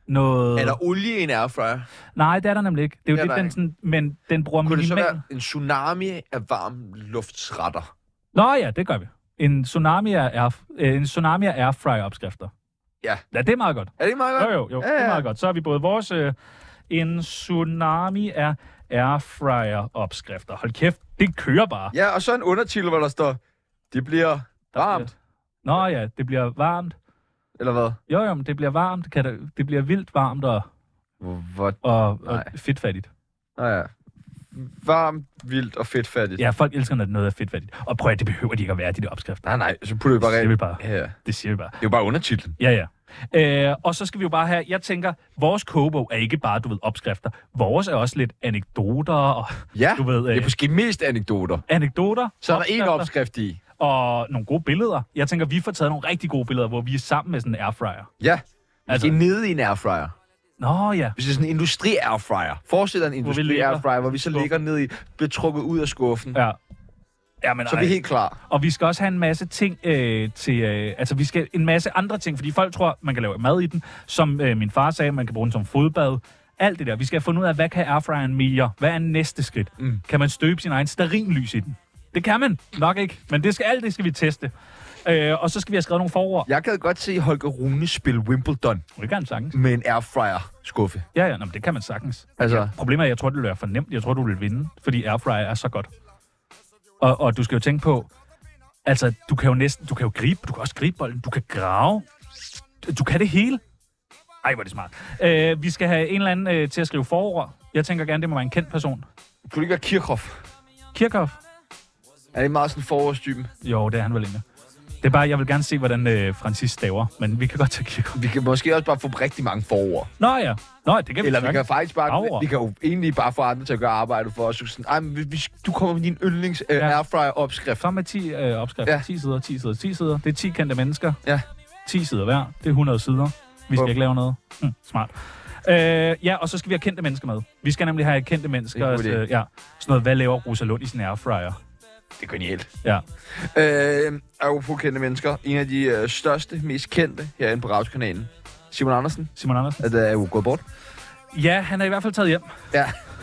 noget... Er der olie i en airfryer? Nej, det er der nemlig ikke. Det er jo Det er det, der den ikke. sådan... Men den bruger Kunne det så minimal... være en tsunami af varm luftsretter? Nå ja, det gør vi. En tsunami af, air, øh, en tsunami af airfryer-opskrifter. Ja. Ja, det er meget godt. Er det ikke meget godt? Jo, jo, jo. Ja, Det er ja. meget godt. Så har vi både vores... Øh, en tsunami af airfryer-opskrifter. Hold kæft, det kører bare. Ja, og så en undertitel, hvor der står, det bliver varmt. Nå ja, det bliver varmt. Eller hvad? Jo, jo, men det bliver varmt. Kan det, det bliver vildt varmt og, Hvor... og, og Nej. fedtfattigt. Nå ja. Varmt, vildt og fedtfattigt. Ja, folk elsker, når noget er fedtfattigt. Og prøv at, det behøver de ikke at være, de der opskrifter. Nej, nej, så putter vi bare Det siger rent. vi bare. Ja, ja. Det siger vi bare. Det er jo bare undertitlen. Ja, ja. Øh, og så skal vi jo bare have, jeg tænker, vores kogebog er ikke bare, du ved, opskrifter. Vores er også lidt anekdoter og, Ja, du ved, det er øh, måske mest anekdoter. anekdoter. Så er der en opskrifter opskrift i. Og nogle gode billeder. Jeg tænker, vi får taget nogle rigtig gode billeder, hvor vi er sammen med sådan en airfryer. Ja, altså, Altså- det er nede i en airfryer. Nå ja. Hvis det er sådan en industri-airfryer. Forestil dig en Hvor vi ligger industri-airfryer, hvor vi så i skuffen. ligger ned i, bliver trukket ud af skuffen. Ja. Ja, men Så er vi helt klar. Og vi skal også have en masse ting øh, til... Øh, altså, vi skal en masse andre ting, fordi folk tror, man kan lave mad i den. Som øh, min far sagde, man kan bruge den som fodbad. Alt det der. Vi skal have fundet ud af, hvad kan airfryeren mere? Hvad er næste skridt? Mm. Kan man støbe sin egen stearinlys i den? Det kan man nok ikke, men det skal, alt det skal vi teste. Øh, og så skal vi have skrevet nogle forord. Jeg kan godt se Holger Rune spille Wimbledon Det kan man sagtens. med en airfryer-skuffe. Ja, ja, nå, men det kan man sagtens. Altså- Ja, problemet er, at jeg tror, det vil være for nemt. Jeg tror, du vil vinde, fordi airfryer er så godt. Og, og du skal jo tænke på, altså, du kan jo næsten, du kan jo gribe, du kan også gribe bolden, du kan grave, du kan det hele. Ej, hvor er det smart. Øh, vi skal have en eller anden øh, til at skrive forord. Jeg tænker gerne, det må være en kendt person. Kunne det ikke være Kirchhoff? Kirchhoff? Er det meget sådan forårstypen? Jo, det er han vel egentlig. Det er bare, jeg vil gerne se, hvordan øh, Francis staver, men vi kan godt tage Kirchhoff. Vi kan måske også bare få rigtig mange forord. Nå ja, Nå, det kan vi Eller vi sagtens. kan faktisk bare, Forord. vi kan jo egentlig bare få andre til at gøre arbejdet for os. Sådan, ej, men hvis du kommer med din yndlings øh, Ja. airfryer-opskrift. Kom med ti øh, opskrifter. Ja. ti sider, ti sider, ti sider. Det er ti kendte mennesker. Ja. ti sider hver. Det er hundrede sider. Vi skal Bum. ikke lave noget. Hm, smart. Øh, ja, og så skal vi have kendte mennesker med. Vi skal nemlig have kendte mennesker. Det er en god idé. Øh, ja, sådan noget, hvad laver Rosa Lund i sin airfryer? Det er genialt. Ja. Øh, apropos kendte mennesker. En af de øh, største, mest kendte herinde på Radioskanalen. Simon Andersen. Simon Andersen? At, øh, er jo gået bort. Ja, han er i hvert fald taget hjem Ja.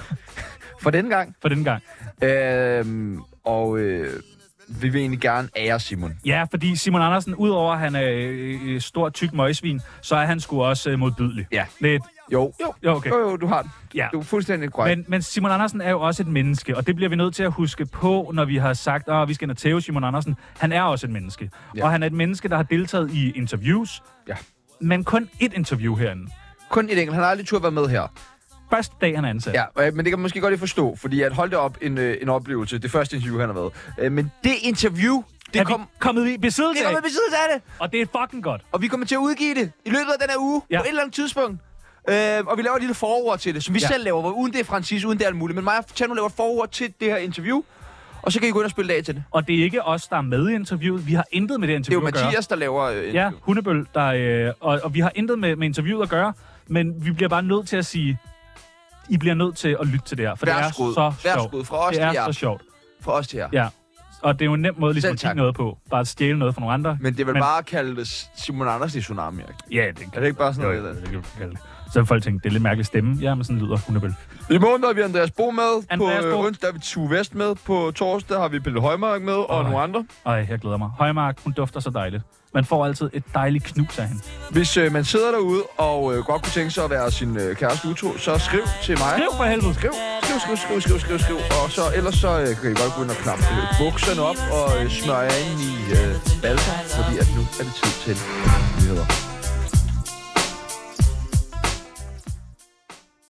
For denne gang. for den gang. Øh, og øh, vi vil egentlig gerne ære Simon. Ja, fordi Simon Andersen, udover at han er øh, stort, tyk møgsvin, så er han sgu også øh, modbydelig. Ja. Lidt. Jo. Jo, Jo, okay. jo, jo du har den. Ja. Du er fuldstændig korrekt. Men, men Simon Andersen er jo også et menneske, og det bliver vi nødt til at huske på, når vi har sagt, at vi skal ind og tæve Simon Andersen. Han er også et menneske. Ja. Og han er et menneske, der har deltaget i interviews, Ja. men kun ét interview herinde. Kun et enkelt. Han har aldrig turde være med her. Første dag, han er ansat. Ja, øh, men det kan man måske godt lige forstå, fordi at hold det op en, øh, en oplevelse. Det første interview, han har været. Øh, men det interview, det er kom... vi kommet i besiddelse Det af, kommer i besiddelse af det. og det er fucking godt. Og vi kommer til at udgive det i løbet af den her uge, Ja. ja. på et eller andet tidspunkt. Øh, og vi laver et lille forord til det, som vi Ja. ja. selv laver, hvor uden det er Francis, uden det er alt muligt. Men mig og Tjerno laver et forord til det her interview, og så kan I gå ind og spille af til det. Og det er ikke os, der er med i interviewet. Vi har intet med det Det er interview jo at gøre. Mathias, der laver øh, Ja, interview. Hundebøl, der, øh, og, og vi har intet med, med interviewet at gøre, men vi bliver bare nødt til at sige, I bliver nødt til at lytte til det her, for det er Værskud. så sjovt. Værskud fra os Det til er jer. så sjovt. Fra os til jer. Ja, og det er jo en nem måde ligesom Selv at kigge tak. noget på. Bare at stjæle noget fra nogle andre. Men det er vel Men- bare at kalde det Simon Andersen i Tsunami, ikke? Ja, det Er det ikke bare sådan jo, noget? jo, det kan du kalde det. Så vil folk tænke, det er lidt mærkelig stemme. Ja, men sådan lyder Hundebøl. I morgen har vi Andreas Bo med. Andreas på Bo. øh, onsdag har vi Tue Vest med. På torsdag har vi Pelle Højmark med, og Ej. nogle andre. Ej, jeg glæder mig. Højmark, hun dufter så dejligt. Man får altid et dejligt knus af hende. Hvis øh, man sidder derude og øh, godt kunne tænke sig at være sin øh, kæreste utro, så skriv til mig. Skriv for helvede. Skriv, skriv, skriv, skriv, skriv, skriv, skriv. Og så, ellers så øh, kan I godt gå ind og knappe øh, bukserne op og øh, smøre jer ind i øh, balser, fordi at nu er det tid til nyheder.